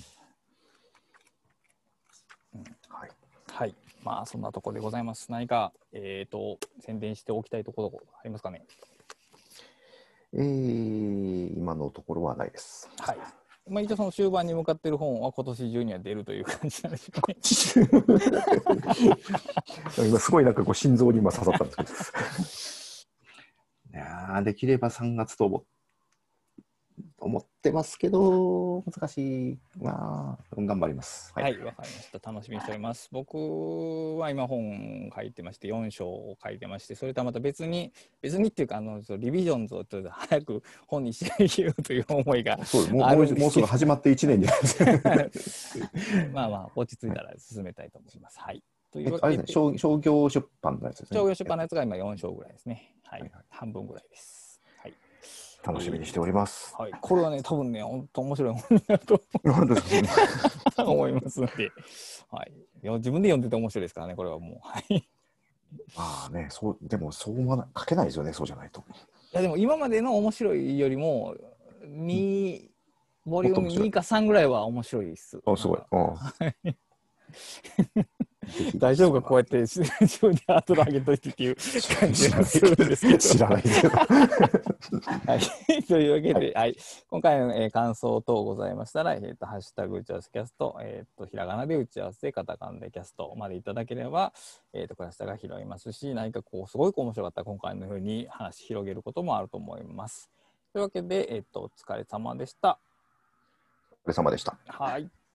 はい。まあそんなところでございます。何か宣伝しておきたいところありますかね。 今のところはないです。 はい。まあ、一応その終盤に向かっている本は今年中には出るという感じなんでしょうね。 今すごいなんかこう心臓に今刺さったんですけど。いやできれば3月と思ってますけど、難しい。まあ、頑張ります。 はい、わかりました。楽しみにしております。僕は今本書いてまして、4章を書いてまして、それとはまた別にっていうか、リビジョンズをちょっと早く本にしていけようという思いがあるんですけど、 もうすぐ始まって1年になる。 まあまあ、落ち着いたら進めたいと思います。はい。というわけで、 商業出版のやつですね。 商業出版のやつが今4章ぐらいですね。はい。半分ぐらいです。 楽しみにしております。 はい、これはね、多分ね、本当面白い本だと思いますので、はい。いや自分で読んでて面白いですからね、これはもう。はい。 まあね、でもそう書けないですよね、そうじゃないと。 いやでも今までの面白いよりもボリューム2か3ぐらいは面白いです。 すごい。 大丈夫か、こうやって自分でハードル上げといてっていう感じがするんですけど。 知らないけど。 はい、というわけで、はい、今回の、感想等ございましたら、ハッシュタグ打ち合わせキャスト、ひらがなで打ち合わせ、カタカナでキャストまでいただければ、クラスターが拾いますし、何かこう、すごい面白かった今回のように話広げることもあると思います。というわけで、お疲れ様でした。 お疲れ様でした。 はい。